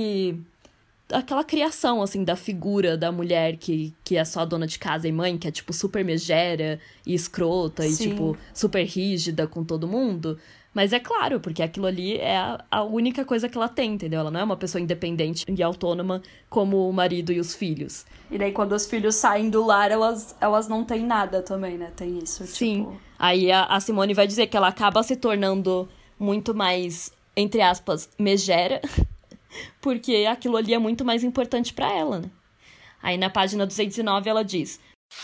aquela criação, assim, da figura da mulher que é só dona de casa e mãe, que é, tipo, super megera e escrota e, tipo, super rígida com todo mundo. Mas é claro, porque aquilo ali é a única coisa que ela tem, entendeu? Ela não é uma pessoa independente e autônoma como o marido e os filhos. E daí, quando os filhos saem do lar, elas não têm nada também, né? Tem isso, Sim. Tipo... Aí a Simone vai dizer que ela acaba se tornando muito mais, entre aspas, megera, porque aquilo ali é muito mais importante pra ela, né? Aí na página 209 ela diz: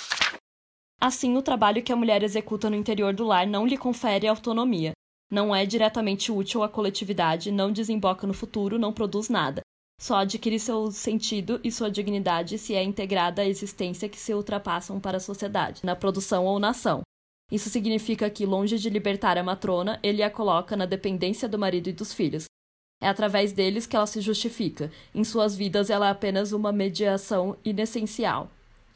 assim, o trabalho que a mulher executa no interior do lar não lhe confere autonomia. Não é diretamente útil à coletividade, não desemboca no futuro, não produz nada. Só adquire seu sentido e sua dignidade se é integrada à existência que se ultrapassam para a sociedade, na produção ou na ação. Isso significa que, longe de libertar a matrona, ele a coloca na dependência do marido e dos filhos. É através deles que ela se justifica. Em suas vidas, ela é apenas uma mediação inessencial.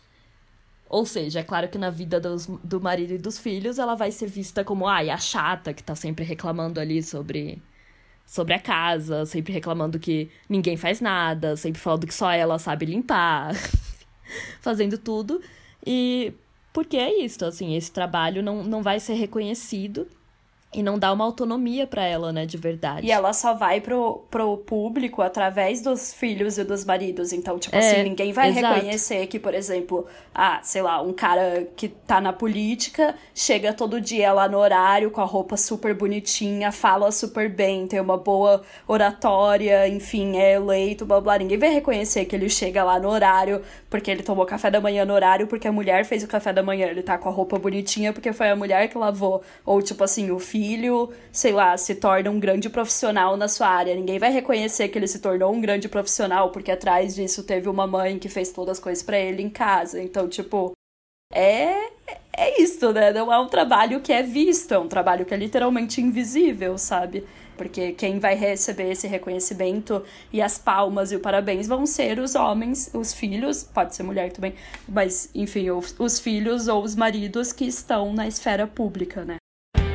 Ou seja, é claro que na vida do marido e dos filhos, ela vai ser vista como a chata, que tá sempre reclamando ali sobre a casa, sempre reclamando que ninguém faz nada, sempre falando que só ela sabe limpar, fazendo tudo. E porque é isso, assim, esse trabalho não vai ser reconhecido e não dá uma autonomia pra ela, né, de verdade. E ela só vai pro público através dos filhos e dos maridos. Então, tipo assim, ninguém vai reconhecer que, por exemplo, sei lá, um cara que tá na política, chega todo dia lá no horário com a roupa super bonitinha, fala super bem, tem uma boa oratória, enfim, é eleito, blá blá. Ninguém vai reconhecer que ele chega lá no horário porque ele tomou café da manhã no horário, porque a mulher fez o café da manhã. Ele tá com a roupa bonitinha porque foi a mulher que lavou. Ou, tipo assim, o filho, sei lá, se torna um grande profissional na sua área. Ninguém vai reconhecer que ele se tornou um grande profissional porque atrás disso teve uma mãe que fez todas as coisas pra ele em casa. Então, tipo, é isso, né? Não é um trabalho que é visto, é um trabalho que é literalmente invisível, sabe? Porque quem vai receber esse reconhecimento e as palmas e o parabéns vão ser os homens, os filhos, pode ser mulher também, mas, enfim, os filhos ou os maridos que estão na esfera pública, né?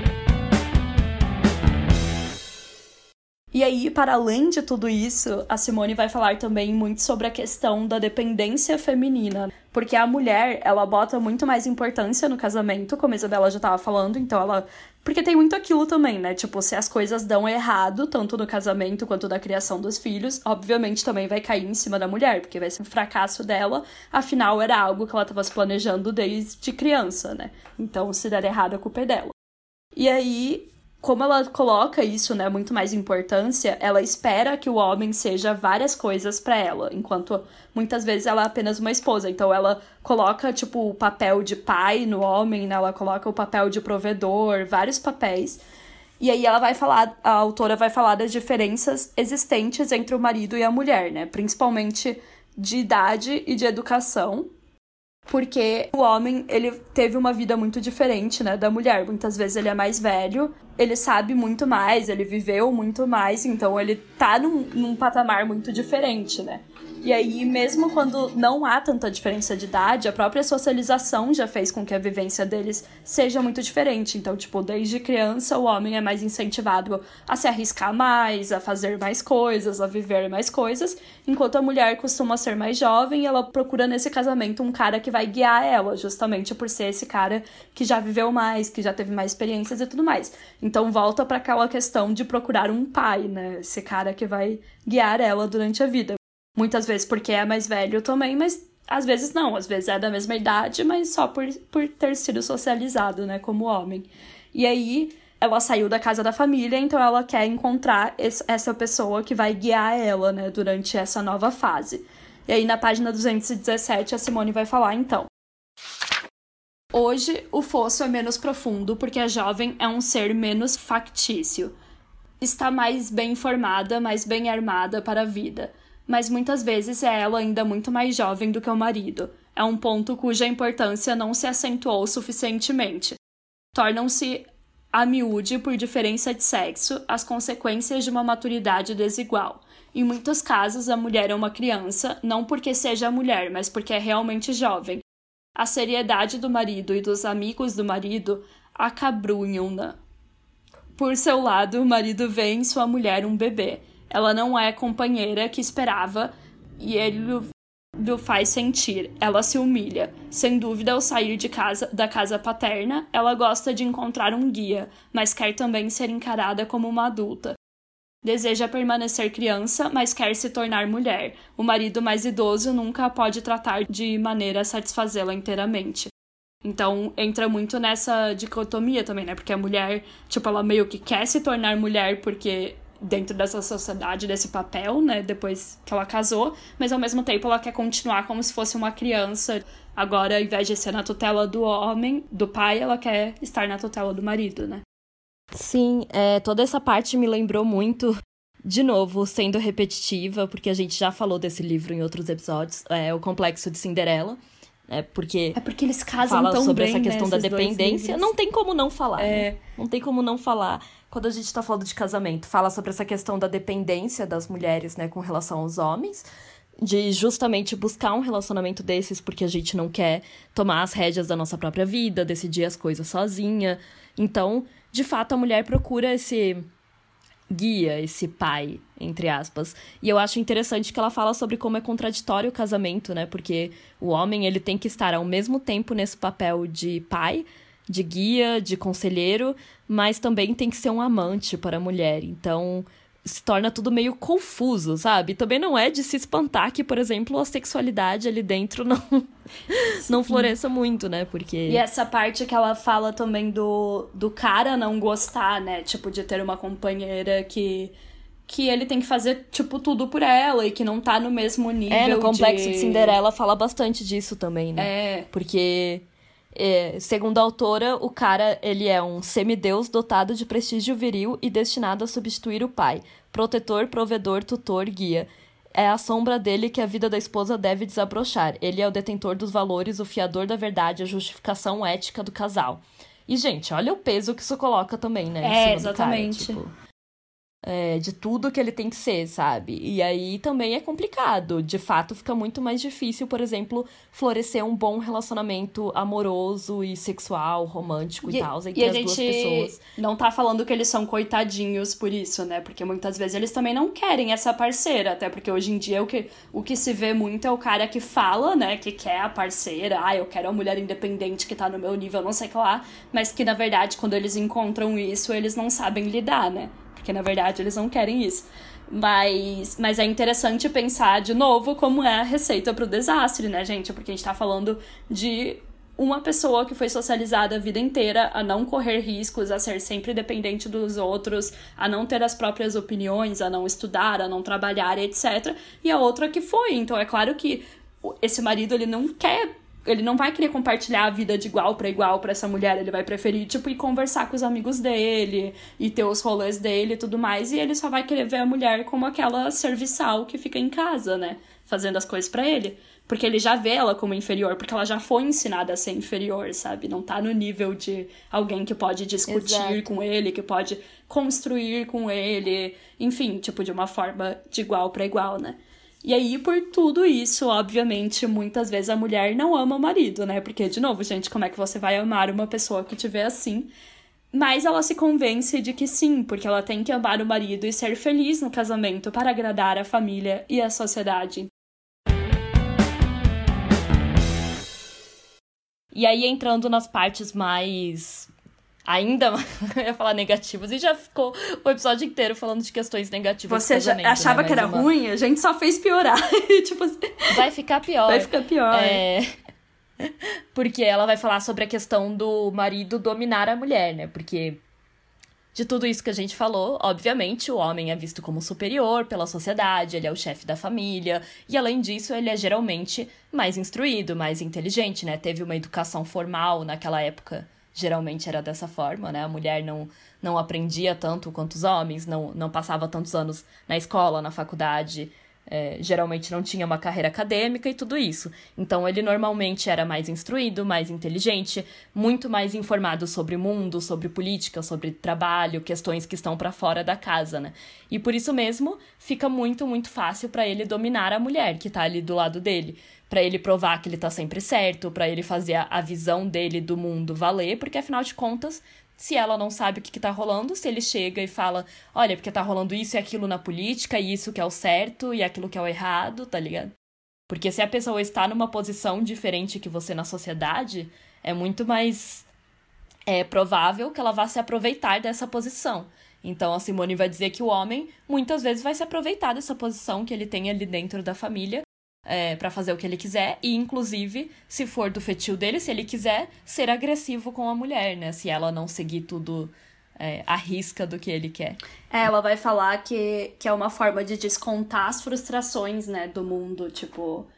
E aí, para além de tudo isso, a Simone vai falar também muito sobre a questão da dependência feminina. Porque a mulher, ela bota muito mais importância no casamento, como a Isabela já tava falando, então ela... Porque tem muito aquilo também, né? Tipo, se as coisas dão errado, tanto no casamento quanto na criação dos filhos, obviamente também vai cair em cima da mulher, porque vai ser um fracasso dela, afinal era algo que ela tava se planejando desde criança, né? Então, se der errado, a culpa é dela. E aí... Como ela coloca isso, né, muito mais importância, ela espera que o homem seja várias coisas pra ela, enquanto muitas vezes ela é apenas uma esposa. Então ela coloca, tipo, o papel de pai no homem, né, ela coloca o papel de provedor, vários papéis. E aí ela vai falar, a autora vai falar das diferenças existentes entre o marido e a mulher, né, principalmente de idade e de educação. Porque o homem, ele teve uma vida muito diferente, né, da mulher. Muitas vezes ele é mais velho, ele sabe muito mais, ele viveu muito mais, então ele tá num patamar muito diferente, né. E aí, mesmo quando não há tanta diferença de idade, a própria socialização já fez com que a vivência deles seja muito diferente. Então, tipo, desde criança o homem é mais incentivado a se arriscar mais, a fazer mais coisas, a viver mais coisas, enquanto a mulher costuma ser mais jovem e ela procura nesse casamento um cara que vai guiar ela, justamente por ser esse cara que já viveu mais, que já teve mais experiências e tudo mais. Então, volta para aquela questão de procurar um pai, né? Esse cara que vai guiar ela durante a vida. Muitas vezes porque é mais velho também, mas às vezes não. Às vezes é da mesma idade, mas só por ter sido socializado, né, como homem. E aí, ela saiu da casa da família, então ela quer encontrar essa pessoa que vai guiar ela, né, durante essa nova fase. E aí, na página 217, a Simone vai falar, então: hoje, o fosso é menos profundo porque a jovem é um ser menos factício. Está mais bem formada, mais bem armada para a vida. Mas muitas vezes é ela ainda muito mais jovem do que o marido. É um ponto cuja importância não se acentuou suficientemente. Tornam-se a miúde, por diferença de sexo, as consequências de uma maturidade desigual. Em muitos casos, a mulher é uma criança, não porque seja mulher, mas porque é realmente jovem. A seriedade do marido e dos amigos do marido acabrunham-na. Por seu lado, o marido vê em sua mulher um bebê. Ela não é a companheira que esperava e ele o faz sentir. Ela se humilha. Sem dúvida, ao sair da casa paterna, ela gosta de encontrar um guia, mas quer também ser encarada como uma adulta. Deseja permanecer criança, mas quer se tornar mulher. O marido mais idoso nunca a pode tratar de maneira a satisfazê-la inteiramente. Então, entra muito nessa dicotomia também, né? Porque a mulher, tipo, ela meio que quer se tornar mulher porque dentro dessa sociedade, desse papel, né? Depois que ela casou, mas ao mesmo tempo ela quer continuar como se fosse uma criança. Agora, ao invés de ser na tutela do homem, do pai, ela quer estar na tutela do marido, né? Sim, toda essa parte me lembrou muito, de novo, sendo repetitiva, porque a gente já falou desse livro em outros episódios, O Complexo de Cinderela, porque eles casam fala tão sobre bem, essa questão né, da dependência. Não tem como não falar, né? Não tem como não falar. Quando a gente tá falando de casamento, fala sobre essa questão da dependência das mulheres, né, com relação aos homens, de justamente buscar um relacionamento desses porque a gente não quer tomar as rédeas da nossa própria vida, decidir as coisas sozinha. Então, de fato, a mulher procura esse guia, esse pai, entre aspas. E eu acho interessante que ela fala sobre como é contraditório o casamento, né? Porque o homem, ele tem que estar ao mesmo tempo nesse papel de pai, de guia, de conselheiro, mas também tem que ser um amante para a mulher. Então, se torna tudo meio confuso, sabe? Também não é de se espantar que, por exemplo, a sexualidade ali dentro não floresça muito, né? Porque... E essa parte que ela fala também do cara não gostar, né? Tipo, de ter uma companheira que ele tem que fazer, tipo, tudo por ela e que não tá no mesmo nível no Complexo de Cinderela fala bastante disso também, né? É. Porque... segundo a autora, o cara, ele é um semideus dotado de prestígio viril e destinado a substituir o pai. Protetor, provedor, tutor, guia. É a sombra dele que a vida da esposa deve desabrochar. Ele é o detentor dos valores, o fiador da verdade, a justificação ética do casal. E, gente, olha o peso que isso coloca também, né? Em cima exatamente. do cara, tipo... de tudo que ele tem que ser, sabe? E aí também é complicado. De fato, fica muito mais difícil, por exemplo, florescer um bom relacionamento amoroso e sexual, romântico e tal, entre as duas pessoas. Não tá falando que eles são coitadinhos por isso, né? Porque muitas vezes eles também não querem essa parceira, até porque hoje em dia o que se vê muito é o cara que fala, né? Que quer a parceira, eu quero uma mulher independente que tá no meu nível, não sei o que lá, mas que, na verdade, quando eles encontram isso, eles não sabem lidar, né? Porque, na verdade, eles não querem isso. Mas é interessante pensar, de novo, como é a receita pro desastre, né, gente? Porque a gente tá falando de uma pessoa que foi socializada a vida inteira a não correr riscos, a ser sempre dependente dos outros, a não ter as próprias opiniões, a não estudar, a não trabalhar, etc. E a outra que foi. Então, é claro que esse marido, ele não vai querer compartilhar a vida de igual pra essa mulher. Ele vai preferir, tipo, ir conversar com os amigos dele e ter os rolês dele e tudo mais. E ele só vai querer ver a mulher como aquela serviçal que fica em casa, né? Fazendo as coisas pra ele. Porque ele já vê ela como inferior, porque ela já foi ensinada a ser inferior, sabe? Não tá no nível de alguém que pode discutir com ele, que pode construir com ele. Enfim, tipo, de uma forma de igual pra igual, né? E aí, por tudo isso, obviamente, muitas vezes a mulher não ama o marido, né? Porque, de novo, gente, como é que você vai amar uma pessoa que te vê assim? Mas ela se convence de que sim, porque ela tem que amar o marido e ser feliz no casamento para agradar a família e a sociedade. E aí, entrando nas partes mais... ainda, eu ia falar negativas, e já ficou o episódio inteiro falando de questões negativas. Você já achava, né? Que era ruim? A gente só fez piorar. Tipo assim... Vai ficar pior. Vai ficar pior. Porque ela vai falar sobre a questão do marido dominar a mulher, né? Porque de tudo isso que a gente falou, obviamente, o homem é visto como superior pela sociedade, ele é o chefe da família, e além disso, ele é geralmente mais instruído, mais inteligente, né? Teve uma educação formal naquela época, geralmente era dessa forma, né? A mulher não aprendia tanto quanto os homens, não passava tantos anos na escola, na faculdade, geralmente não tinha uma carreira acadêmica e tudo isso. Então, ele normalmente era mais instruído, mais inteligente, muito mais informado sobre o mundo, sobre política, sobre trabalho, questões que estão para fora da casa, né? E por isso mesmo, fica muito, muito fácil para ele dominar a mulher que tá ali do lado dele, para ele provar que ele tá sempre certo, para ele fazer a visão dele do mundo valer, porque afinal de contas, se ela não sabe o que tá rolando, se ele chega e fala, olha, porque tá rolando isso e aquilo na política, e isso que é o certo e aquilo que é o errado, tá ligado? Porque se a pessoa está numa posição diferente que você na sociedade, é muito mais provável que ela vá se aproveitar dessa posição. Então a Simone vai dizer que o homem muitas vezes vai se aproveitar dessa posição que ele tem ali dentro da família, pra fazer o que ele quiser, e inclusive, se for do feitio dele, se ele quiser, ser agressivo com a mulher, né? Se ela não seguir tudo à risca do que ele quer. Ela vai falar que é uma forma de descontar as frustrações, né, do mundo, tipo,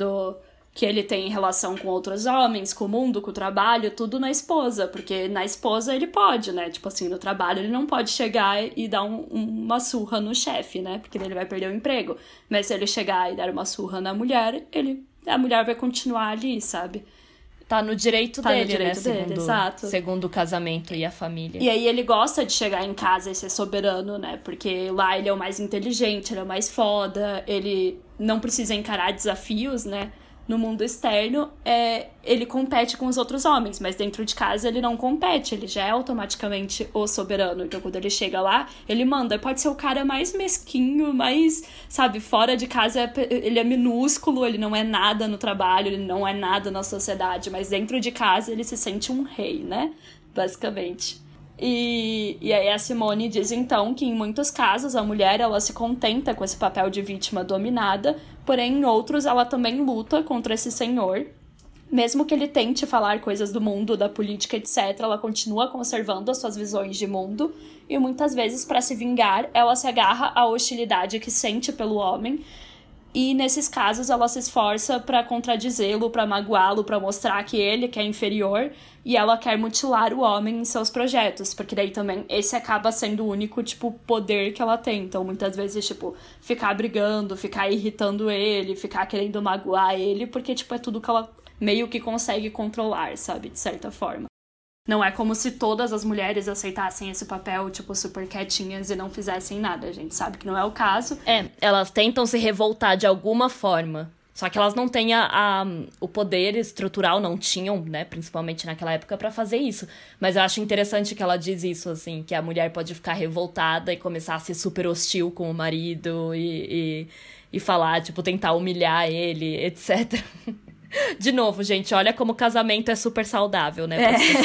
que ele tem em relação com outros homens, com o mundo, com o trabalho, tudo na esposa, porque na esposa ele pode, né, tipo assim, no trabalho ele não pode chegar e dar uma surra no chefe, né, porque ele vai perder o emprego, mas se ele chegar e dar uma surra na mulher, a mulher vai continuar ali, sabe? Tá no direito dele, né, exato. Segundo o casamento e a família. E aí ele gosta de chegar em casa e ser soberano, né, porque lá ele é o mais inteligente, ele é o mais foda, ele não precisa encarar desafios, né. No mundo externo, ele compete com os outros homens, mas dentro de casa ele não compete, ele já é automaticamente o soberano. Então, quando ele chega lá, ele manda. Pode ser o cara mais mesquinho, mais, sabe, fora de casa, ele é minúsculo, ele não é nada no trabalho, ele não é nada na sociedade, mas dentro de casa ele se sente um rei, né? Basicamente. E aí a Simone diz, então, que em muitos casos a mulher ela se contenta com esse papel de vítima dominada, porém em outros ela também luta contra esse senhor. Mesmo que ele tente falar coisas do mundo, da política, etc., ela continua conservando as suas visões de mundo e muitas vezes, para se vingar, ela se agarra à hostilidade que sente pelo homem. E nesses casos ela se esforça pra contradizê-lo, pra magoá-lo, pra mostrar que ele que é inferior, e ela quer mutilar o homem em seus projetos, porque daí também esse acaba sendo o único, tipo, poder que ela tem. Então muitas vezes, tipo, ficar brigando, ficar irritando ele, ficar querendo magoar ele, porque, tipo, é tudo que ela meio que consegue controlar, sabe, de certa forma. Não é como se todas as mulheres aceitassem esse papel, tipo, super quietinhas e não fizessem nada. A gente sabe que não é o caso. Elas tentam se revoltar de alguma forma. Só que elas não têm o poder estrutural, não tinham, né, principalmente naquela época, pra fazer isso. Mas eu acho interessante que ela diz isso, assim, que a mulher pode ficar revoltada e começar a ser super hostil com o marido e falar, tipo, tentar humilhar ele, etc. De novo, gente, olha como o casamento é super saudável, né?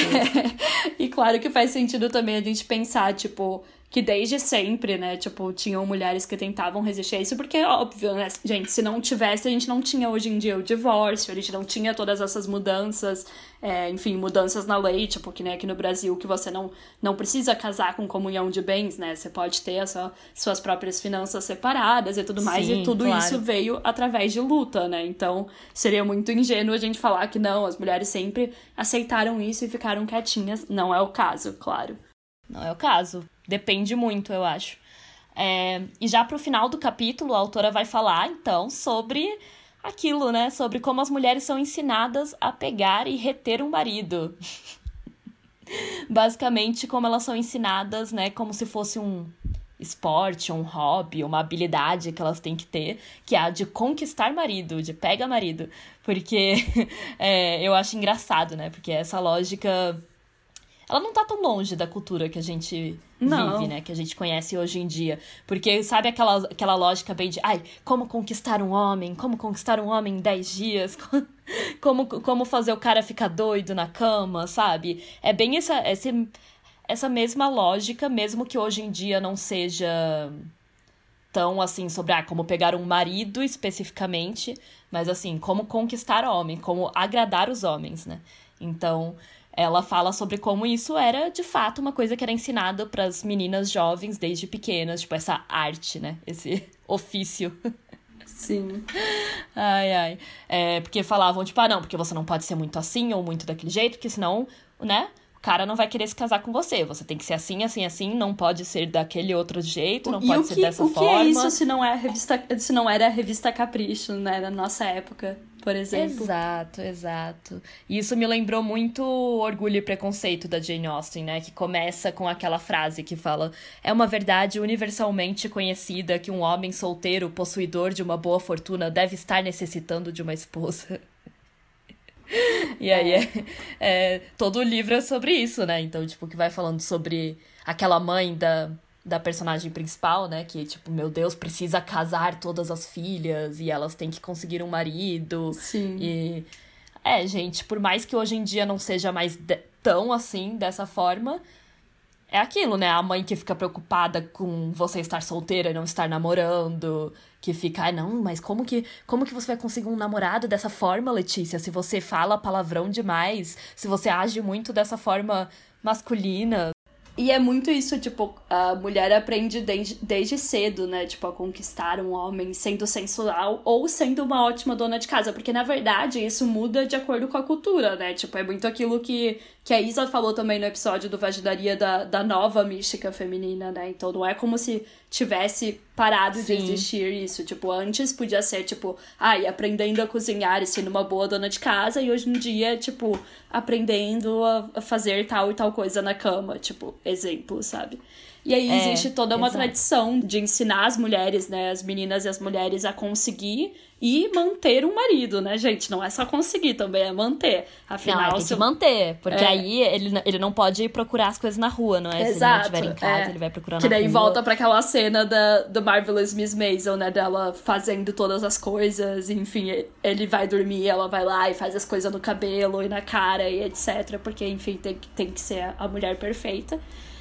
E claro que faz sentido também a gente pensar, tipo, que desde sempre, né, tipo, tinham mulheres que tentavam resistir a isso, porque, óbvio, né, gente, se não tivesse, a gente não tinha hoje em dia o divórcio, a gente não tinha todas essas mudanças, enfim, mudanças na lei, tipo, que, né, aqui no Brasil, que você não precisa casar com comunhão de bens, né, você pode ter suas próprias finanças separadas e tudo mais, sim, e tudo claro. Isso veio através de luta, né, então seria muito ingênuo a gente falar que não, as mulheres sempre aceitaram isso e ficaram quietinhas, não é o caso, claro. Não é o caso. Depende muito, eu acho. E já pro final do capítulo, a autora vai falar, então, sobre aquilo, né? Sobre como as mulheres são ensinadas a pegar e reter um marido. Basicamente, como elas são ensinadas, né? Como se fosse um esporte, um hobby, uma habilidade que elas têm que ter, que é a de conquistar marido, de pega marido. Porque eu acho engraçado, né? Porque essa lógica... ela não tá tão longe da cultura que a gente vive, né? Que a gente conhece hoje em dia. Porque sabe aquela lógica bem de... ai, como conquistar um homem? Como conquistar um homem em 10 dias? Como fazer o cara ficar doido na cama, sabe? É bem essa mesma lógica, mesmo que hoje em dia não seja tão, assim, sobre como pegar um marido especificamente, mas, assim, como conquistar homem, como agradar os homens, né? Então... ela fala sobre como isso era, de fato, uma coisa que era ensinada para as meninas jovens desde pequenas, tipo, essa arte, né? Esse ofício. Sim. Ai. Porque falavam, tipo, não, porque você não pode ser muito assim ou muito daquele jeito, porque senão, né, o cara não vai querer se casar com você. Você tem que ser assim, assim, assim, não pode ser daquele outro jeito, não pode ser dessa forma. O que é isso se não era a revista Capricho, né, na nossa época, por exemplo? Exato. E isso me lembrou muito Orgulho e Preconceito da Jane Austen, né? Que começa com aquela frase que fala: é uma verdade universalmente conhecida que um homem solteiro, possuidor de uma boa fortuna, deve estar necessitando de uma esposa. E aí todo o livro é sobre isso, né? Então, tipo, que vai falando sobre aquela mãe da personagem principal, né? Que, tipo, meu Deus, precisa casar todas as filhas e elas têm que conseguir um marido. Sim. E... gente, por mais que hoje em dia não seja mais tão assim, dessa forma, é aquilo, né? A mãe que fica preocupada com você estar solteira e não estar namorando, que fica, não, mas como que você vai conseguir um namorado dessa forma, Letícia? Se você fala palavrão demais, se você age muito dessa forma masculina. E é muito isso, tipo, a mulher aprende desde cedo, né, tipo, a conquistar um homem sendo sensual ou sendo uma ótima dona de casa, porque, na verdade, isso muda de acordo com a cultura, né, tipo, é muito aquilo que a Isa falou também no episódio do Vaginaria da nova mística feminina, né, então não é como se tivesse parado de existir isso, tipo, antes podia ser, tipo, aprendendo a cozinhar e sendo uma boa dona de casa, e hoje em dia, tipo, aprendendo a fazer tal e tal coisa na cama, tipo, exemplo, sabe? E aí existe toda uma tradição de ensinar as mulheres, né, as meninas e as mulheres a conseguir e manter um marido, né, gente? Não é só conseguir, também é manter. Afinal, tem que manter, porque aí ele não pode procurar as coisas na rua, não é? Exato, se ele não estiver em casa, ele vai procurar na rua. Que daí volta pra aquela cena do Marvelous Miss Maisel, né, dela fazendo todas as coisas, enfim, ele vai dormir, ela vai lá e faz as coisas no cabelo e na cara e etc, porque, enfim, tem que ser a mulher perfeita.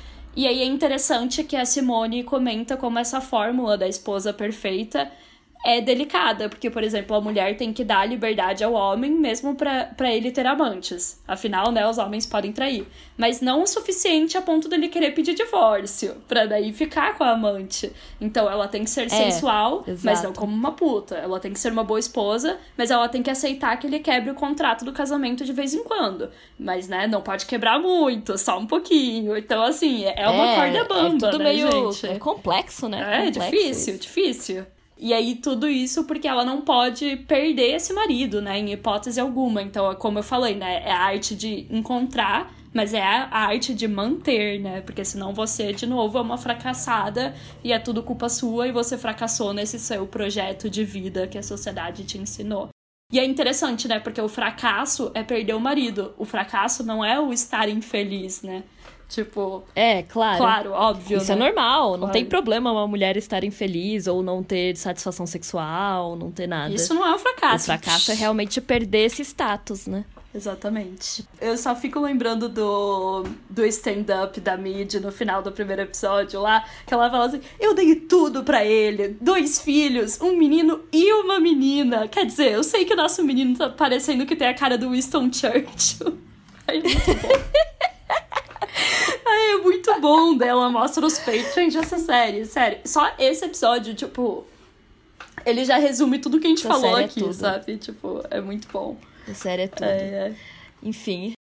E aí é interessante que a Simone comenta como essa fórmula da esposa perfeita é delicada, porque, por exemplo, a mulher tem que dar liberdade ao homem mesmo pra ele ter amantes. Afinal, né, os homens podem trair. Mas não o suficiente a ponto dele querer pedir divórcio, pra daí ficar com a amante. Então, ela tem que ser sensual, mas não como uma puta. Ela tem que ser uma boa esposa, mas ela tem que aceitar que ele quebre o contrato do casamento de vez em quando. Mas, né, não pode quebrar muito, só um pouquinho. Então, assim, é uma corda bamba, tudo né, meio gente? complexo, né? Difícil. E aí, tudo isso porque ela não pode perder esse marido, né? Em hipótese alguma. Então, como eu falei, né? É a arte de encontrar, mas é a arte de manter, né? Porque senão você, de novo, é uma fracassada e é tudo culpa sua e você fracassou nesse seu projeto de vida que a sociedade te ensinou. E é interessante, né? Porque o fracasso é perder o marido. O fracasso não é o estar infeliz, né? Tipo... claro. Claro, óbvio, isso né? é normal, não Claro. tem problema uma mulher estar infeliz ou não ter satisfação sexual, não ter nada. Isso não é um fracasso. O fracasso é realmente perder esse status, né? Exatamente. Eu só fico lembrando do stand-up da Mid no final do primeiro episódio lá, que ela fala assim, eu dei tudo pra ele, 2 filhos, um menino e uma menina. Quer dizer, eu sei que o nosso menino tá parecendo que tem a cara do Winston Churchill. É muito bom. É muito bom dela, mostra os peitos. Gente, essa série, sério. Só esse episódio, tipo, ele já resume tudo que a gente falou aqui, tudo. sabe? Tipo, é muito bom. A série é tudo. Enfim.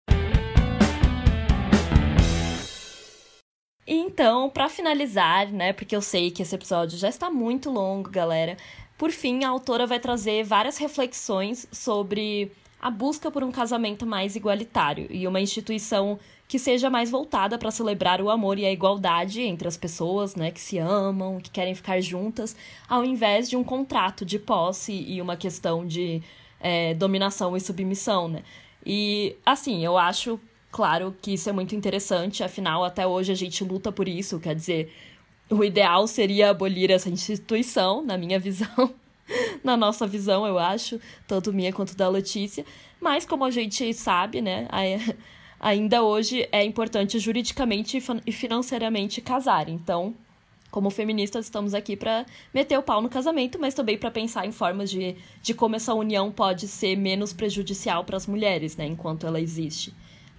Então, pra finalizar, né, porque eu sei que esse episódio já está muito longo, galera. Por fim, a autora vai trazer várias reflexões sobre a busca por um casamento mais igualitário e uma instituição que seja mais voltada para celebrar o amor e a igualdade entre as pessoas, né, que se amam, que querem ficar juntas, ao invés de um contrato de posse e uma questão de dominação e submissão, né? E, assim, eu acho, claro, que isso é muito interessante, afinal, até hoje a gente luta por isso, quer dizer, o ideal seria abolir essa instituição, na minha visão, na nossa visão, eu acho, tanto minha quanto da Letícia, mas como a gente sabe, né, ainda hoje é importante juridicamente e financeiramente casar. Então, como feministas, estamos aqui para meter o pau no casamento, mas também para pensar em formas de como essa união pode ser menos prejudicial para as mulheres, né, enquanto ela existe.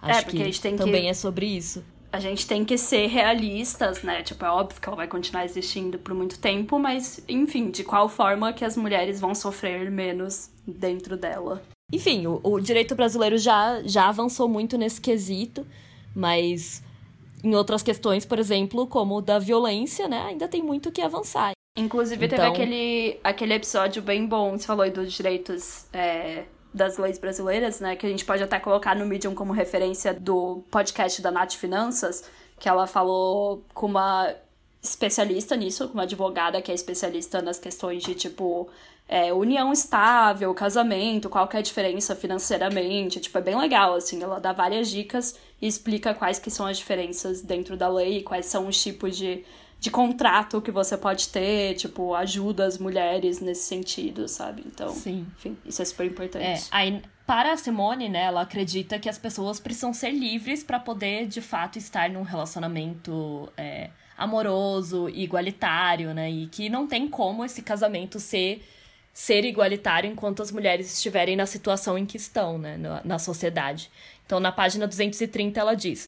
Acho porque que a gente tem também é sobre isso. A gente tem que ser realistas, né? Tipo, é óbvio que ela vai continuar existindo por muito tempo, mas, enfim, de qual forma que as mulheres vão sofrer menos dentro dela. Enfim, o direito brasileiro já avançou muito nesse quesito, mas em outras questões, por exemplo, como o da violência, né, ainda tem muito que avançar. Inclusive, Então... teve aquele episódio bem bom, você falou aí dos direitos das leis brasileiras, né, que a gente pode até colocar no Medium como referência do podcast da Nath Finanças, que ela falou com uma especialista nisso, com uma advogada que é especialista nas questões de, tipo, união estável, casamento, qual que é a diferença financeiramente, tipo, é bem legal, assim, ela dá várias dicas e explica quais que são as diferenças dentro da lei, quais são os tipos de contrato que você pode ter, tipo, ajuda as mulheres nesse sentido, sabe? Então, sim. Enfim, isso é super importante. Aí, para a Simone, né, ela acredita que as pessoas precisam ser livres para poder, de fato, estar num relacionamento amoroso, igualitário, né? E que não tem como esse casamento ser igualitário enquanto as mulheres estiverem na situação em que estão, né, na sociedade. Então, na página 230, ela diz: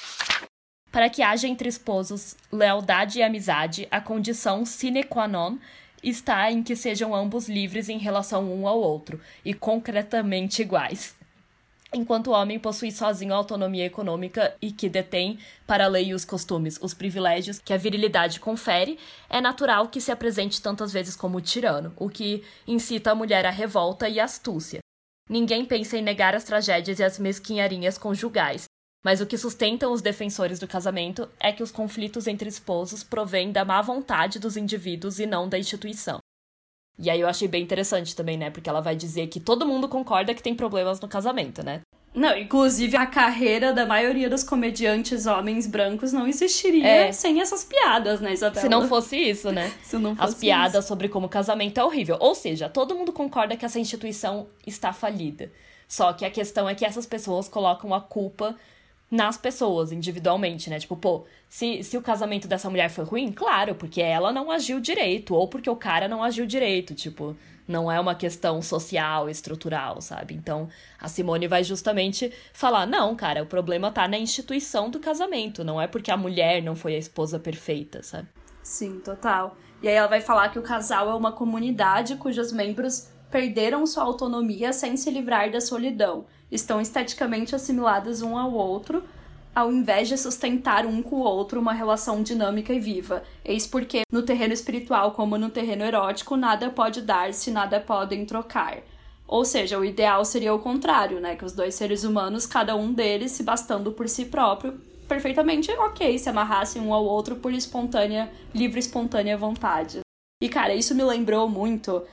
para que haja entre esposos lealdade e amizade, a condição sine qua non está em que sejam ambos livres em relação um ao outro e concretamente iguais. Enquanto o homem possui sozinho a autonomia econômica e que detém, para a lei e os costumes, os privilégios que a virilidade confere, é natural que se apresente tantas vezes como tirano, o que incita a mulher à revolta e à astúcia. Ninguém pensa em negar as tragédias e as mesquinharinhas conjugais, mas o que sustentam os defensores do casamento é que os conflitos entre esposos provêm da má vontade dos indivíduos e não da instituição. E aí eu achei bem interessante também, né? Porque ela vai dizer que todo mundo concorda que tem problemas no casamento, né? Não, inclusive a carreira da maioria dos comediantes homens brancos não existiria sem essas piadas, né, Isabela? Se não fosse isso, né? Se não fosse as piadas sobre como o casamento é horrível. Ou seja, todo mundo concorda que essa instituição está falida. Só que a questão é que essas pessoas colocam a culpa nas pessoas, individualmente, né? Tipo, pô, se o casamento dessa mulher foi ruim, claro, porque ela não agiu direito, ou porque o cara não agiu direito, tipo, não é uma questão social, estrutural, sabe? Então, a Simone vai justamente falar, não, cara, o problema tá na instituição do casamento, não é porque a mulher não foi a esposa perfeita, sabe? Sim, total. E aí ela vai falar que o casal é uma comunidade cujos membros perderam sua autonomia sem se livrar da solidão. Estão esteticamente assimilados um ao outro, ao invés de sustentar um com o outro uma relação dinâmica e viva. Eis porque, no terreno espiritual como no terreno erótico, nada pode dar-se, nada podem trocar. Ou seja, o ideal seria o contrário, né? Que os dois seres humanos, cada um deles, se bastando por si próprio, perfeitamente ok, se amarrassem um ao outro por livre e espontânea vontade. E, cara, isso me lembrou muito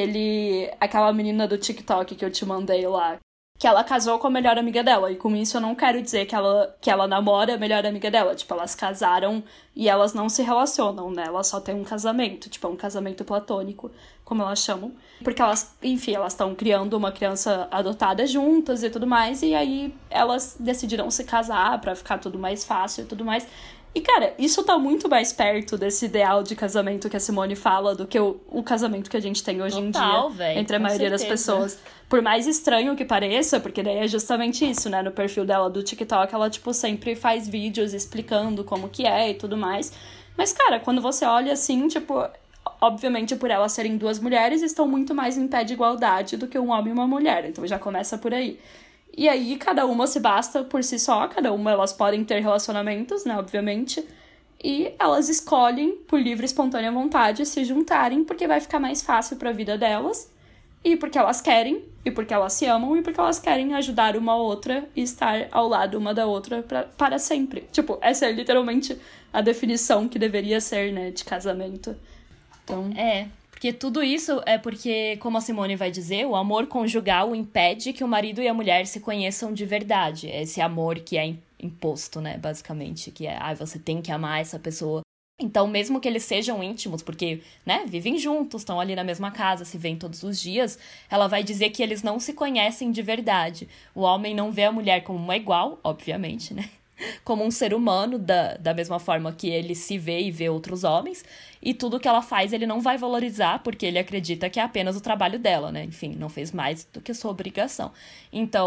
aquela menina do TikTok que eu te mandei lá. Que ela casou com a melhor amiga dela. E com isso eu não quero dizer que ela namora a melhor amiga dela. Tipo, elas casaram e elas não se relacionam, né? Elas só têm um casamento. Tipo, é um casamento platônico, como elas chamam. Porque elas, enfim, elas estão criando uma criança adotada juntas e tudo mais. E aí elas decidiram se casar pra ficar tudo mais fácil e tudo mais. E, cara, isso tá muito mais perto desse ideal de casamento que a Simone fala do que o casamento que a gente tem hoje em dia, véio, entre a maioria das pessoas. Por mais estranho que pareça, porque daí é justamente isso, né? No perfil dela do TikTok, ela, tipo, sempre faz vídeos explicando como que é e tudo mais. Mas, cara, quando você olha assim, tipo, obviamente por elas serem duas mulheres, estão muito mais em pé de igualdade do que um homem e uma mulher. Então já começa por aí. E aí, cada uma se basta por si só, cada uma elas podem ter relacionamentos, né, obviamente, e elas escolhem, por livre e espontânea vontade, se juntarem, porque vai ficar mais fácil pra vida delas, e porque elas querem, e porque elas se amam, e porque elas querem ajudar uma outra e estar ao lado uma da outra para sempre. Tipo, essa é literalmente a definição que deveria ser, né, de casamento. Então... Porque tudo isso é porque, como a Simone vai dizer, o amor conjugal impede que o marido e a mulher se conheçam de verdade. Esse amor que é imposto, né, basicamente. Que é, você tem que amar essa pessoa. Então, mesmo que eles sejam íntimos, porque, né, vivem juntos, estão ali na mesma casa, se veem todos os dias, ela vai dizer que eles não se conhecem de verdade. O homem não vê a mulher como uma igual, obviamente, né? Como um ser humano, da mesma forma que ele se vê e vê outros homens, e tudo que ela faz ele não vai valorizar, porque ele acredita que é apenas o trabalho dela, né? Enfim, não fez mais do que sua obrigação. Então,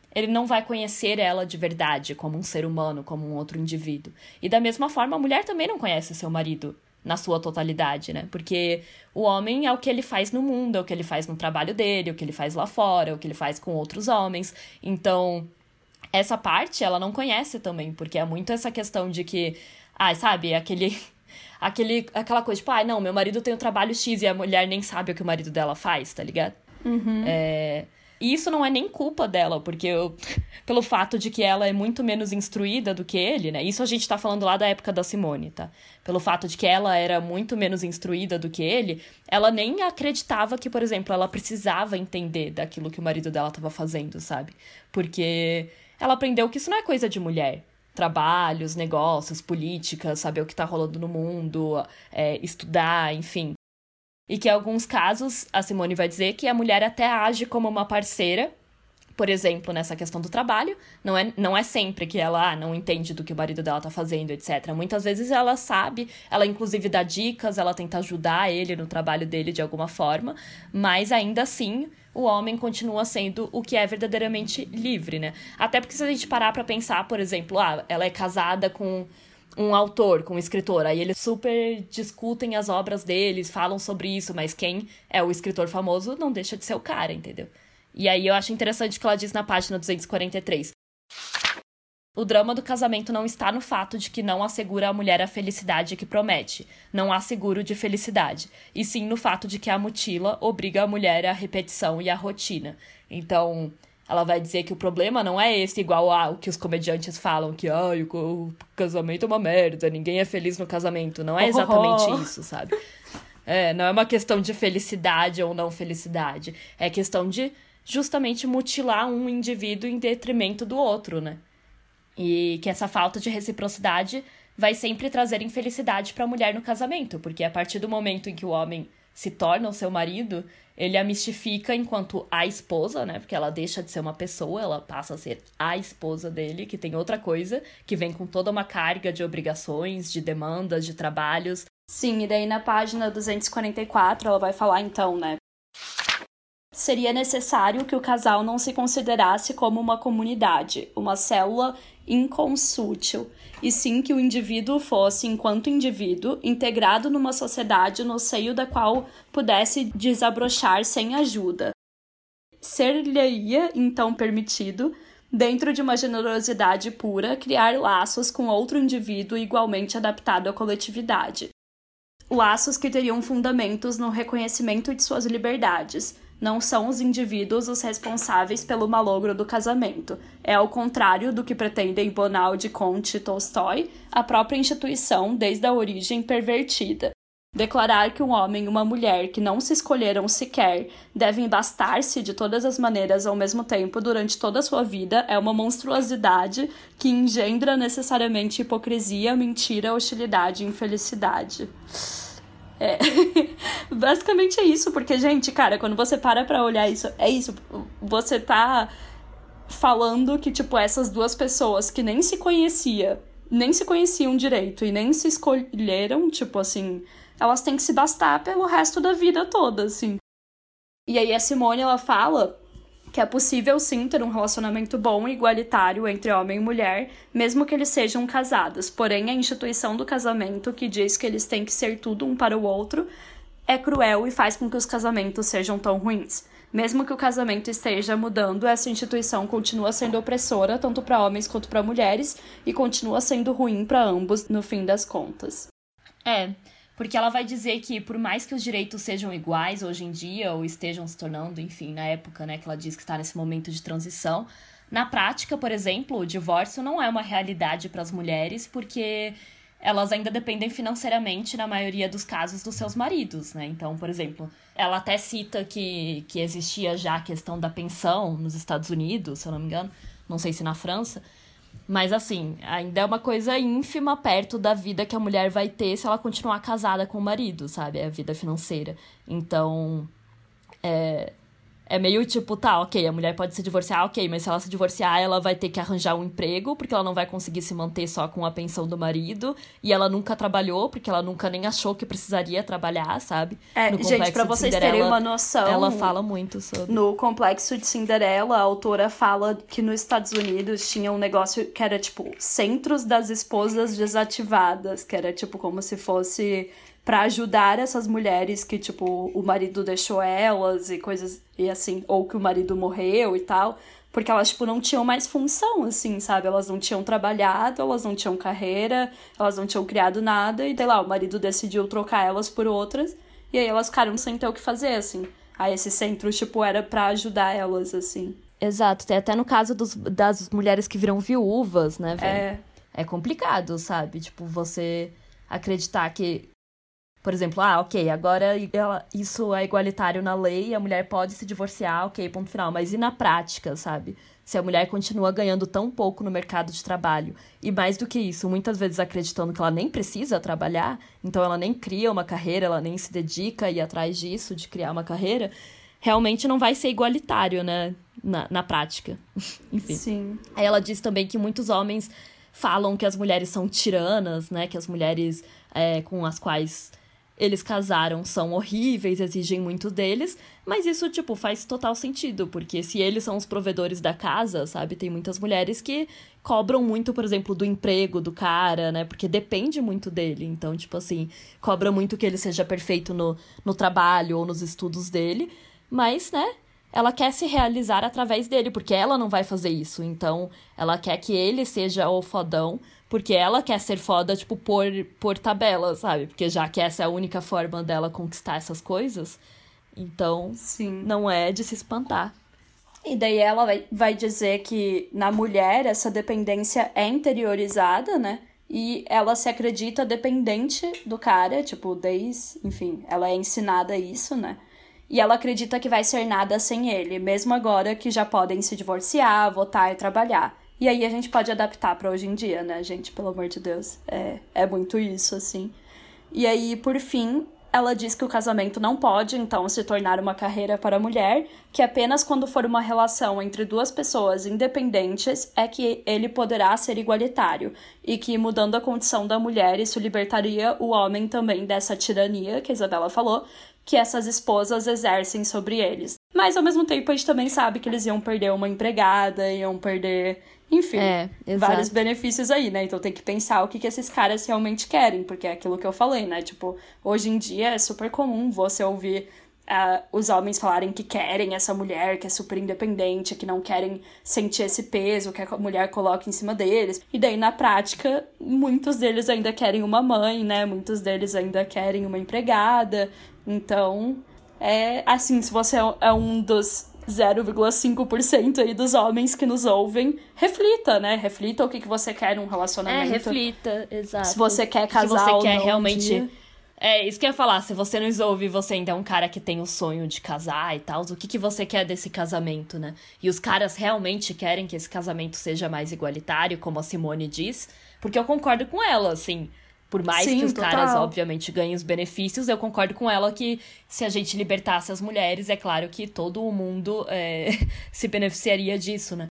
ele não vai conhecer ela de verdade, como um ser humano, como um outro indivíduo. E da mesma forma, a mulher também não conhece seu marido na sua totalidade, né? Porque o homem é o que ele faz no mundo, é o que ele faz no trabalho dele, é o que ele faz lá fora, é o que ele faz com outros homens. Então, essa parte ela não conhece também, porque é muito essa questão de que, sabe, aquela coisa, tipo, não, meu marido tem o trabalho X e a mulher nem sabe o que o marido dela faz, tá ligado? Uhum. E isso não é nem culpa dela, porque pelo fato de que ela é muito menos instruída do que ele, né? Isso a gente tá falando lá da época da Simone, tá? Pelo fato de que ela era muito menos instruída do que ele, ela nem acreditava que, por exemplo, ela precisava entender daquilo que o marido dela tava fazendo, sabe? Porque ela aprendeu que isso não é coisa de mulher. Trabalhos, negócios, políticas, saber o que tá rolando no mundo, estudar, enfim. E que em alguns casos, a Simone vai dizer que a mulher até age como uma parceira, por exemplo, nessa questão do trabalho. Não é sempre que ela não entende do que o marido dela tá fazendo, etc. Muitas vezes ela sabe, ela inclusive dá dicas, ela tenta ajudar ele no trabalho dele de alguma forma, mas ainda assim o homem continua sendo o que é verdadeiramente livre, né? Até porque se a gente parar pra pensar, por exemplo, ela é casada com um autor, com um escritor, aí eles super discutem as obras deles, falam sobre isso, mas quem é o escritor famoso não deixa de ser o cara, entendeu? E aí eu acho interessante o que ela diz na página 243. O drama do casamento não está no fato de que não assegura à mulher a felicidade que promete, não há seguro de felicidade, e sim no fato de que a mutila obriga a mulher à repetição e à rotina. Então, ela vai dizer que o problema não é esse igual ao que os comediantes falam, que o casamento é uma merda, ninguém é feliz no casamento. Não é exatamente isso, sabe? Não é uma questão de felicidade ou não felicidade. É questão de justamente mutilar um indivíduo em detrimento do outro, né? E que essa falta de reciprocidade vai sempre trazer infelicidade para a mulher no casamento, porque a partir do momento em que o homem se torna o seu marido, ele a mistifica enquanto a esposa, né? Porque ela deixa de ser uma pessoa, ela passa a ser a esposa dele, que tem outra coisa, que vem com toda uma carga de obrigações, de demandas, de trabalhos. Sim, e daí na página 244 ela vai falar então, né? Seria necessário que o casal não se considerasse como uma comunidade, uma célula inconsútil, e sim que o indivíduo fosse, enquanto indivíduo, integrado numa sociedade no seio da qual pudesse desabrochar sem ajuda. Ser-lhe-ia, então, permitido, dentro de uma generosidade pura, criar laços com outro indivíduo igualmente adaptado à coletividade. Laços que teriam fundamentos no reconhecimento de suas liberdades. Não são os indivíduos os responsáveis pelo malogro do casamento. É ao contrário do que pretendem Bonald, Comte e Tolstói, a própria instituição, desde a origem, pervertida. Declarar que um homem e uma mulher que não se escolheram sequer devem bastar-se de todas as maneiras ao mesmo tempo durante toda a sua vida é uma monstruosidade que engendra necessariamente hipocrisia, mentira, hostilidade e infelicidade. Basicamente é isso, porque, gente, cara, quando você para pra olhar isso, é isso, você tá falando que, tipo, essas duas pessoas que nem se conheciam direito e nem se escolheram, tipo, assim, elas têm que se bastar pelo resto da vida toda, assim. E aí a Simone, ela fala que é possível, sim, ter um relacionamento bom e igualitário entre homem e mulher, mesmo que eles sejam casados. Porém, a instituição do casamento, que diz que eles têm que ser tudo um para o outro, é cruel e faz com que os casamentos sejam tão ruins. Mesmo que o casamento esteja mudando, essa instituição continua sendo opressora, tanto para homens quanto para mulheres, e continua sendo ruim para ambos, no fim das contas. Porque ela vai dizer que, por mais que os direitos sejam iguais hoje em dia, ou estejam se tornando, enfim, na época, né, que ela diz que está nesse momento de transição, na prática, por exemplo, o divórcio não é uma realidade para as mulheres, porque elas ainda dependem financeiramente, na maioria dos casos, dos seus maridos, né? Então, por exemplo, ela até cita que existia já a questão da pensão nos Estados Unidos, se eu não me engano, não sei se na França. Mas, assim, ainda é uma coisa ínfima perto da vida que a mulher vai ter se ela continuar casada com o marido, sabe? É a vida financeira. Então, é É meio tipo, tá, ok, a mulher pode se divorciar, ok, mas se ela se divorciar, ela vai ter que arranjar um emprego, porque ela não vai conseguir se manter só com a pensão do marido, e ela nunca trabalhou, porque ela nunca nem achou que precisaria trabalhar, sabe? No gente, pra vocês terem uma noção... Ela fala muito sobre... No Complexo de Cinderela, a autora fala que nos Estados Unidos tinha um negócio que era, tipo, centros das esposas desativadas, que era, tipo, como se fosse... pra ajudar essas mulheres que, tipo, o marido deixou elas e coisas e assim, ou que o marido morreu e tal, porque elas, tipo, não tinham mais função, assim, sabe? Elas não tinham trabalhado, elas não tinham carreira, elas não tinham criado nada, e, sei lá, o marido decidiu trocar elas por outras, e aí elas ficaram sem ter o que fazer, assim. Aí esse centro, tipo, era pra ajudar elas, assim. Exato, tem até no caso das mulheres que viram viúvas, né, velho? É complicado, sabe? Tipo, você acreditar que... Por exemplo, ok, agora isso é igualitário na lei, a mulher pode se divorciar, ok, ponto final. Mas e na prática, sabe? Se a mulher continua ganhando tão pouco no mercado de trabalho, e mais do que isso, muitas vezes acreditando que ela nem precisa trabalhar, então ela nem cria uma carreira, ela nem se dedica a ir atrás disso, de criar uma carreira, realmente não vai ser igualitário, né, na prática. Enfim. Sim. Aí ela diz também que muitos homens falam que as mulheres são tiranas, né, que as mulheres com as quais... eles casaram, são horríveis, exigem muito deles, mas isso, tipo, faz total sentido, porque se eles são os provedores da casa, sabe, tem muitas mulheres que cobram muito, por exemplo, do emprego do cara, né, porque depende muito dele, então, tipo assim, cobra muito que ele seja perfeito no trabalho ou nos estudos dele, mas, né, ela quer se realizar através dele, porque ela não vai fazer isso, então ela quer que ele seja o fodão, porque ela quer ser foda, tipo, por tabela, sabe? Porque já que essa é a única forma dela conquistar essas coisas, então Sim. Não é de se espantar. E daí ela vai dizer que na mulher essa dependência é interiorizada, né? E ela se acredita dependente do cara, tipo, enfim, ela é ensinada isso, né? E ela acredita que vai ser nada sem ele, mesmo agora que já podem se divorciar, votar e trabalhar. E aí a gente pode adaptar pra hoje em dia, né, gente? Pelo amor de Deus. É muito isso, assim. E aí, por fim, ela diz que o casamento não pode, então, se tornar uma carreira para a mulher, que apenas quando for uma relação entre duas pessoas independentes é que ele poderá ser igualitário. E que, mudando a condição da mulher, isso libertaria o homem também dessa tirania, que a Isabela falou, que essas esposas exercem sobre eles. Mas, ao mesmo tempo, a gente também sabe que eles iam perder uma empregada, iam perder... Enfim, vários benefícios aí, né? Então tem que pensar o que esses caras realmente querem, porque é aquilo que eu falei, né? Tipo, hoje em dia é super comum você ouvir os homens falarem que querem essa mulher, que é super independente, que não querem sentir esse peso que a mulher coloca em cima deles. E daí, na prática, muitos deles ainda querem uma mãe, né? Muitos deles ainda querem uma empregada. Então, assim, se você é um dos 0,5% aí dos homens que nos ouvem, reflita, né? Reflita o que você quer num relacionamento. Reflita, exato. Se você quer casar se você ou quer não realmente... isso que eu ia falar, se você nos ouve e você ainda é um cara que tem o sonho de casar e tal, o que você quer desse casamento, né? E os caras realmente querem que esse casamento seja mais igualitário, como a Simone diz, porque eu concordo com ela, assim... Por mais que os caras, obviamente, ganhem os benefícios, eu concordo com ela que se a gente libertasse as mulheres, é claro que todo o mundo se beneficiaria disso, né?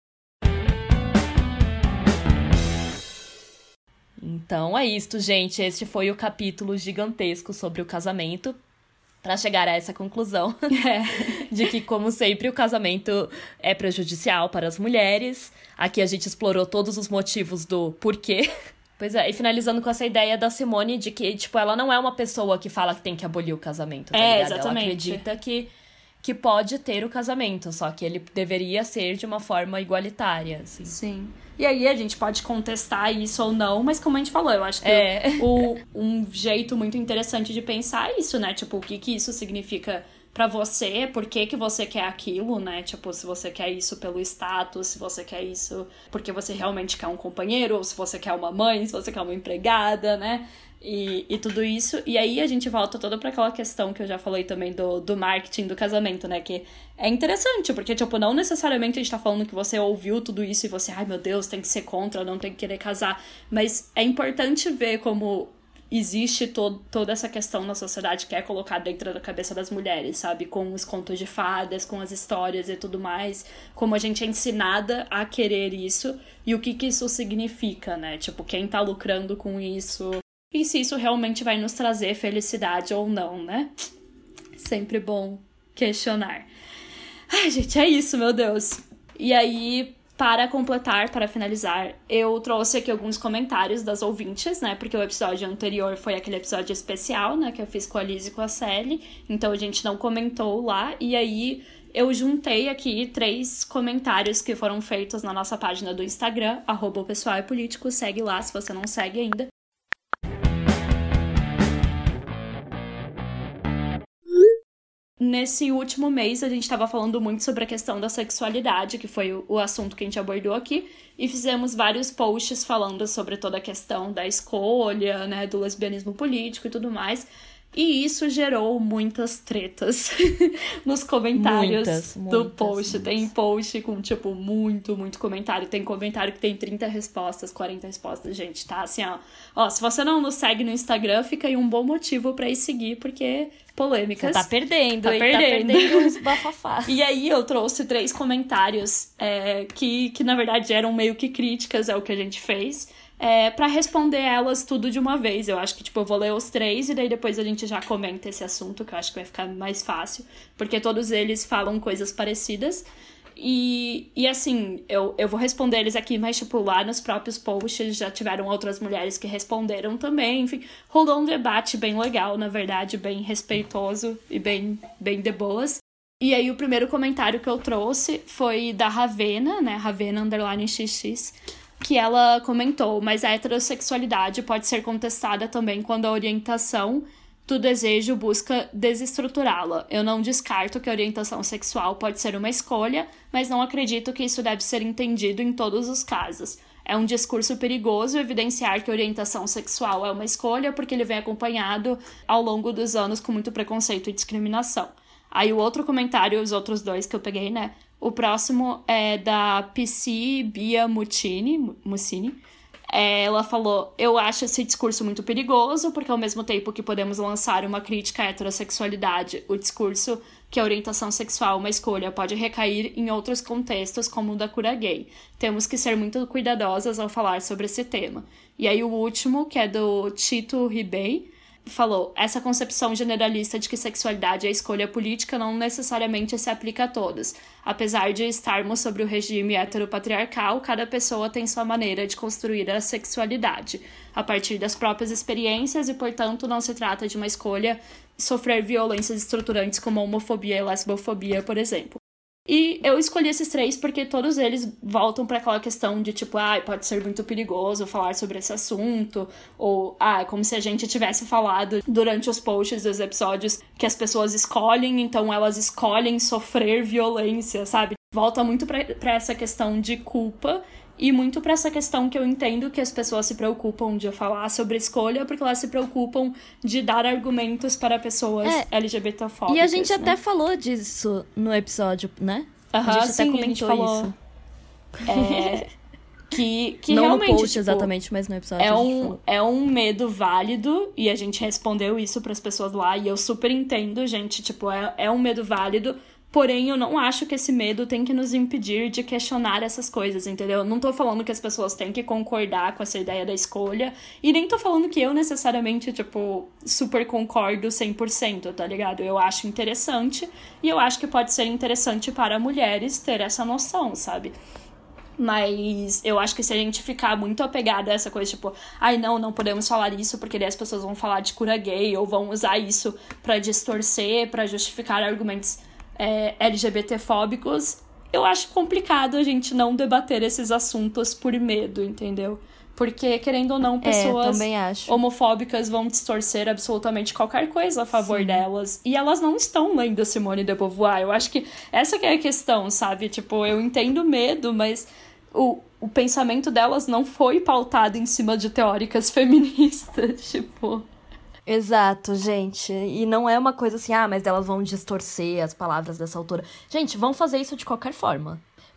Então é isto, gente. Este foi o capítulo gigantesco sobre o casamento. Pra chegar a essa conclusão de que, como sempre, o casamento é prejudicial para as mulheres. Aqui a gente explorou todos os motivos do porquê. Pois é, e finalizando com essa ideia da Simone de que, tipo, ela não é uma pessoa que fala que tem que abolir o casamento, tá ligado? Exatamente. Ela acredita que pode ter o casamento, só que ele deveria ser de uma forma igualitária, assim. Sim. E aí a gente pode contestar isso ou não, mas como a gente falou, eu acho que um jeito muito interessante de pensar é isso, né? Tipo, o que isso significa pra você, por que você quer aquilo, né? Tipo, se você quer isso pelo status, se você quer isso porque você realmente quer um companheiro, ou se você quer uma mãe, se você quer uma empregada, né? E tudo isso. E aí a gente volta toda pra aquela questão que eu já falei também do marketing do casamento, né? Que é interessante, porque, tipo, não necessariamente a gente tá falando que você ouviu tudo isso e você, ai meu Deus, tem que ser contra, não tem que querer casar. Mas é importante ver como existe toda essa questão na sociedade que é colocada dentro da cabeça das mulheres, sabe? Com os contos de fadas, com as histórias e tudo mais. Como a gente é ensinada a querer isso e o que isso significa, né? Tipo, quem tá lucrando com isso e se isso realmente vai nos trazer felicidade ou não, né? Sempre bom questionar. Ai, gente, é isso, meu Deus. E aí, para completar, para finalizar, eu trouxe aqui alguns comentários das ouvintes, né? Porque o episódio anterior foi aquele episódio especial, né? Que eu fiz com a Liz e com a Sally. Então, a gente não comentou lá. E aí, eu juntei aqui 3 comentários que foram feitos na nossa página do Instagram, @opessoalepolítico. Segue lá, se você não segue ainda. Nesse último mês, a gente estava falando muito sobre a questão da sexualidade, que foi o assunto que a gente abordou aqui, e fizemos vários posts falando sobre toda a questão da escolha, né, do lesbianismo político e tudo mais. E isso gerou muitas tretas nos comentários do post. Tem post com, tipo, muito comentário. Tem comentário que tem 30 respostas, 40 respostas. Gente, tá assim, ó. Se você não nos segue no Instagram, fica aí um bom motivo pra ir seguir, porque polêmicas. Você tá perdendo uns bafafá. E aí eu trouxe 3 comentários que na verdade eram meio que críticas ao que a gente fez. Pra responder elas tudo de uma vez. Eu acho que, tipo, eu vou ler os 3 e daí depois a gente já comenta esse assunto, que eu acho que vai ficar mais fácil, porque todos eles falam coisas parecidas. E assim, eu vou responder eles aqui, mas, tipo, lá nos próprios posts já tiveram outras mulheres que responderam também. Enfim, rolou um debate bem legal, na verdade, bem respeitoso e bem de boas. E aí o primeiro comentário que eu trouxe foi da Ravena, né, Ravena_XX, que ela comentou: mas a heterossexualidade pode ser contestada também quando a orientação do desejo busca desestruturá-la. Eu não descarto que a orientação sexual pode ser uma escolha, mas não acredito que isso deve ser entendido em todos os casos. É um discurso perigoso evidenciar que a orientação sexual é uma escolha, porque ele vem acompanhado ao longo dos anos com muito preconceito e discriminação. Aí o outro comentário, os outros 2 que eu peguei, né? O próximo é da PC Bia Mucini. Ela falou: eu acho esse discurso muito perigoso, porque ao mesmo tempo que podemos lançar uma crítica à heterossexualidade, o discurso que a orientação sexual é uma escolha pode recair em outros contextos, como o da cura gay. Temos que ser muito cuidadosas ao falar sobre esse tema. E aí o último, que é do Tito Ribey, falou: essa concepção generalista de que sexualidade é escolha política não necessariamente se aplica a todos. Apesar de estarmos sobre o regime heteropatriarcal, cada pessoa tem sua maneira de construir a sexualidade, a partir das próprias experiências, e, portanto, não se trata de uma escolha sofrer violências estruturantes como a homofobia e lesbofobia, por exemplo. E eu escolhi esses 3 porque todos eles voltam para aquela questão de, tipo, pode ser muito perigoso falar sobre esse assunto, ou, é como se a gente tivesse falado durante os posts dos episódios que as pessoas escolhem, então elas escolhem sofrer violência, sabe? Volta muito pra essa questão de culpa e muito pra essa questão que eu entendo que as pessoas se preocupam de falar sobre escolha, porque elas se preocupam de dar argumentos para pessoas LGBTfóbicas. E a gente né? até falou disso no episódio, né? A gente até comentou isso. Que não realmente, no post tipo, exatamente, mas no episódio. É um medo válido, e a gente respondeu isso pras pessoas lá, e eu super entendo, gente, tipo, é um medo válido. Porém, eu não acho que esse medo tem que nos impedir de questionar essas coisas, entendeu? Eu não tô falando que as pessoas têm que concordar com essa ideia da escolha. E nem tô falando que eu necessariamente, tipo, super concordo 100%, tá ligado? Eu acho interessante. E eu acho que pode ser interessante para mulheres ter essa noção, sabe? Mas eu acho que se a gente ficar muito apegada a essa coisa, tipo, não podemos falar isso porque daí as pessoas vão falar de cura gay, ou vão usar isso pra distorcer, pra justificar argumentos LGBTfóbicos, eu acho complicado a gente não debater esses assuntos por medo, entendeu? Porque, querendo ou não, pessoas homofóbicas vão distorcer absolutamente qualquer coisa a favor delas. E elas não estão lendo Simone de Beauvoir. Eu acho que essa que é a questão, sabe? Tipo, eu entendo medo, mas o pensamento delas não foi pautado em cima de teóricas feministas, tipo... Exato, gente. E não é uma coisa assim, mas elas vão distorcer as palavras dessa autora. Gente, vão fazer isso de qualquer forma.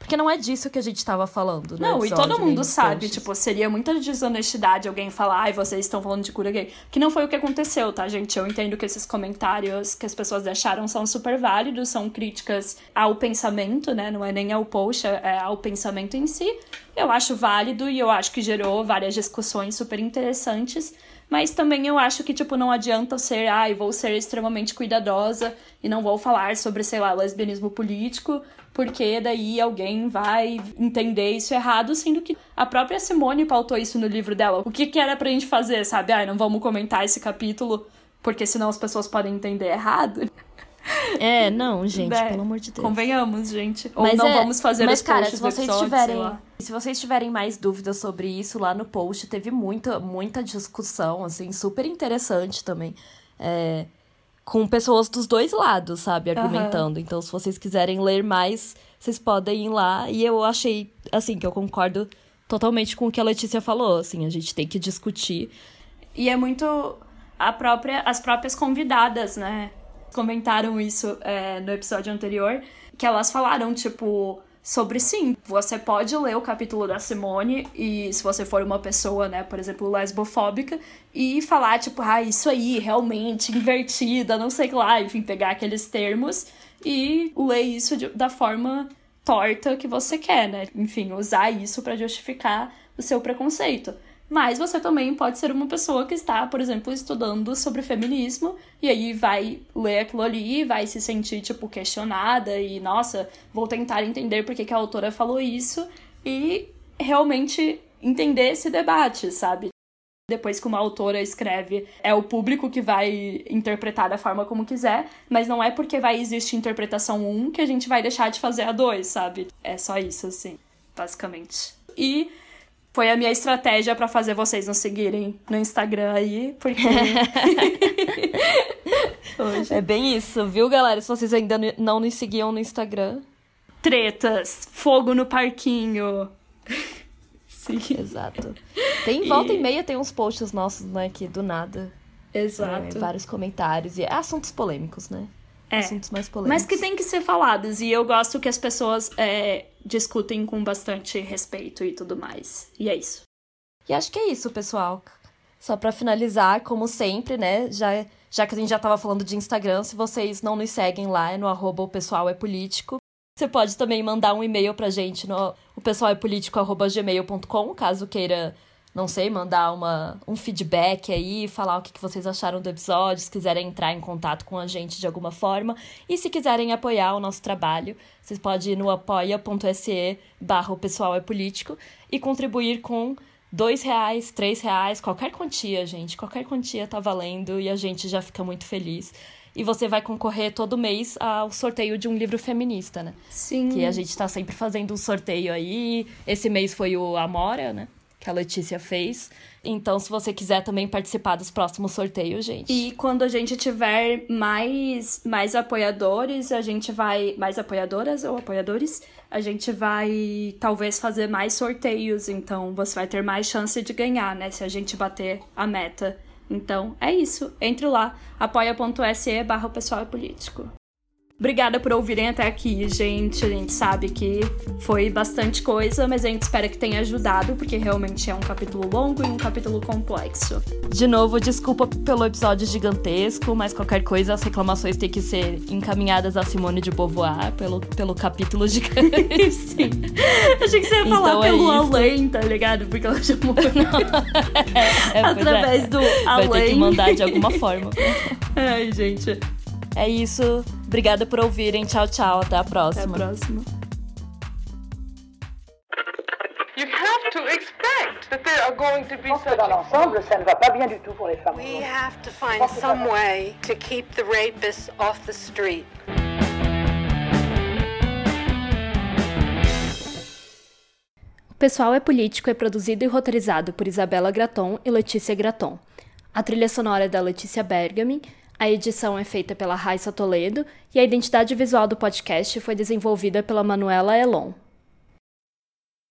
Porque não é disso que a gente tava falando, né? Não, e todo mundo sabe, tipo, seria muita desonestidade alguém falar, ai, vocês estão falando de cura gay. Que não foi o que aconteceu, tá, gente? Eu entendo que esses comentários que as pessoas deixaram são super válidos, são críticas ao pensamento, né? Não é nem ao post, é ao pensamento em si. Eu acho válido e eu acho que gerou várias discussões super interessantes. Mas também eu acho que, tipo, não adianta ser, vou ser extremamente cuidadosa e não vou falar sobre, sei lá, lesbianismo político, porque daí alguém vai entender isso errado, sendo que a própria Simone pautou isso no livro dela. O que era pra gente fazer, sabe? Não vamos comentar esse capítulo, porque senão as pessoas podem entender errado. Não, gente, pelo amor de Deus. Convenhamos, gente. Ou não vamos fazer os posts do episódio, sei lá. Se vocês tiverem mais dúvidas sobre isso, lá no post teve muita discussão, assim, super interessante também. Com pessoas dos dois lados, sabe, argumentando. Então, se vocês quiserem ler mais, vocês podem ir lá. E eu achei, assim, que eu concordo totalmente com o que a Letícia falou, assim, a gente tem que discutir. E é muito as próprias convidadas, né, comentaram isso no episódio anterior, que elas falaram, tipo, sobre sim, você pode ler o capítulo da Simone e se você for uma pessoa, né, por exemplo, lesbofóbica, e falar, tipo, isso aí, realmente, invertida, não sei lá, enfim, pegar aqueles termos e ler isso da forma torta que você quer, né, enfim, usar isso pra justificar o seu preconceito. Mas você também pode ser uma pessoa que está, por exemplo, estudando sobre feminismo e aí vai ler aquilo ali, vai se sentir, tipo, questionada e, nossa, vou tentar entender por que a autora falou isso e realmente entender esse debate, sabe? Depois que uma autora escreve, é o público que vai interpretar da forma como quiser, mas não é porque vai existir interpretação 1 que a gente vai deixar de fazer a 2, sabe? É só isso, assim, basicamente. E foi a minha estratégia pra fazer vocês nos seguirem no Instagram aí, porque... É bem isso, viu, galera? Se vocês ainda não nos seguiam no Instagram. Tretas, fogo no parquinho. Sim. Exato. Volta e meia tem uns posts nossos, né, que do nada. Exato. Vários comentários e assuntos polêmicos, né? Assuntos mais polêmicos. Mas que tem que ser falados. E eu gosto que as pessoas discutem com bastante respeito e tudo mais. E é isso. E acho que é isso, pessoal. Só pra finalizar, como sempre, né? Já que a gente já tava falando de Instagram, se vocês não nos seguem lá, é no @opessoalepolítico. Você pode também mandar um e-mail pra gente no opessoalepolítico@gmail.com, caso queira, não sei, mandar um feedback aí, falar o que vocês acharam do episódio, se quiserem entrar em contato com a gente de alguma forma. E se quiserem apoiar o nosso trabalho, vocês podem ir no apoia.se/opessoalepolítico e contribuir com R$2, R$3, qualquer quantia, gente. Qualquer quantia tá valendo e a gente já fica muito feliz. E você vai concorrer todo mês ao sorteio de um livro feminista, né? Sim. Que a gente tá sempre fazendo um sorteio aí. Esse mês foi o Amora, né? Que a Letícia fez. Então, se você quiser também participar dos próximos sorteios, gente. E quando a gente tiver mais apoiadores, a gente vai... Mais apoiadoras ou apoiadores? A gente vai, talvez, fazer mais sorteios. Então, você vai ter mais chance de ganhar, né? Se a gente bater a meta. Então, é isso. Entre lá. apoia.se/opessoalepolítico. Obrigada por ouvirem até aqui, gente. A gente sabe que foi bastante coisa, mas a gente espera que tenha ajudado, porque realmente é um capítulo longo e um capítulo complexo. De novo, desculpa pelo episódio gigantesco, mas qualquer coisa, as reclamações têm que ser encaminhadas a Simone de Beauvoir pelo capítulo gigante. Sim. Achei que você ia falar pelo além, tá ligado? Porque ela chamou através do além. Vai ter que mandar de alguma forma. Ai, gente. É isso. Obrigada por ouvirem. Tchau, tchau. Até a próxima. Até a próxima. You have to expect that there are going to be such... Dans l'ensemble, ça ne va pas bien du tout pour les femmes. We have to find some way to keep the rapists off the street. O Pessoal é Político é produzido e roteirizado por Isabela Graton e Letícia Graton. A trilha sonora é da Letícia Bergamin. A edição é feita pela Raissa Toledo e a identidade visual do podcast foi desenvolvida pela Manuela Elon.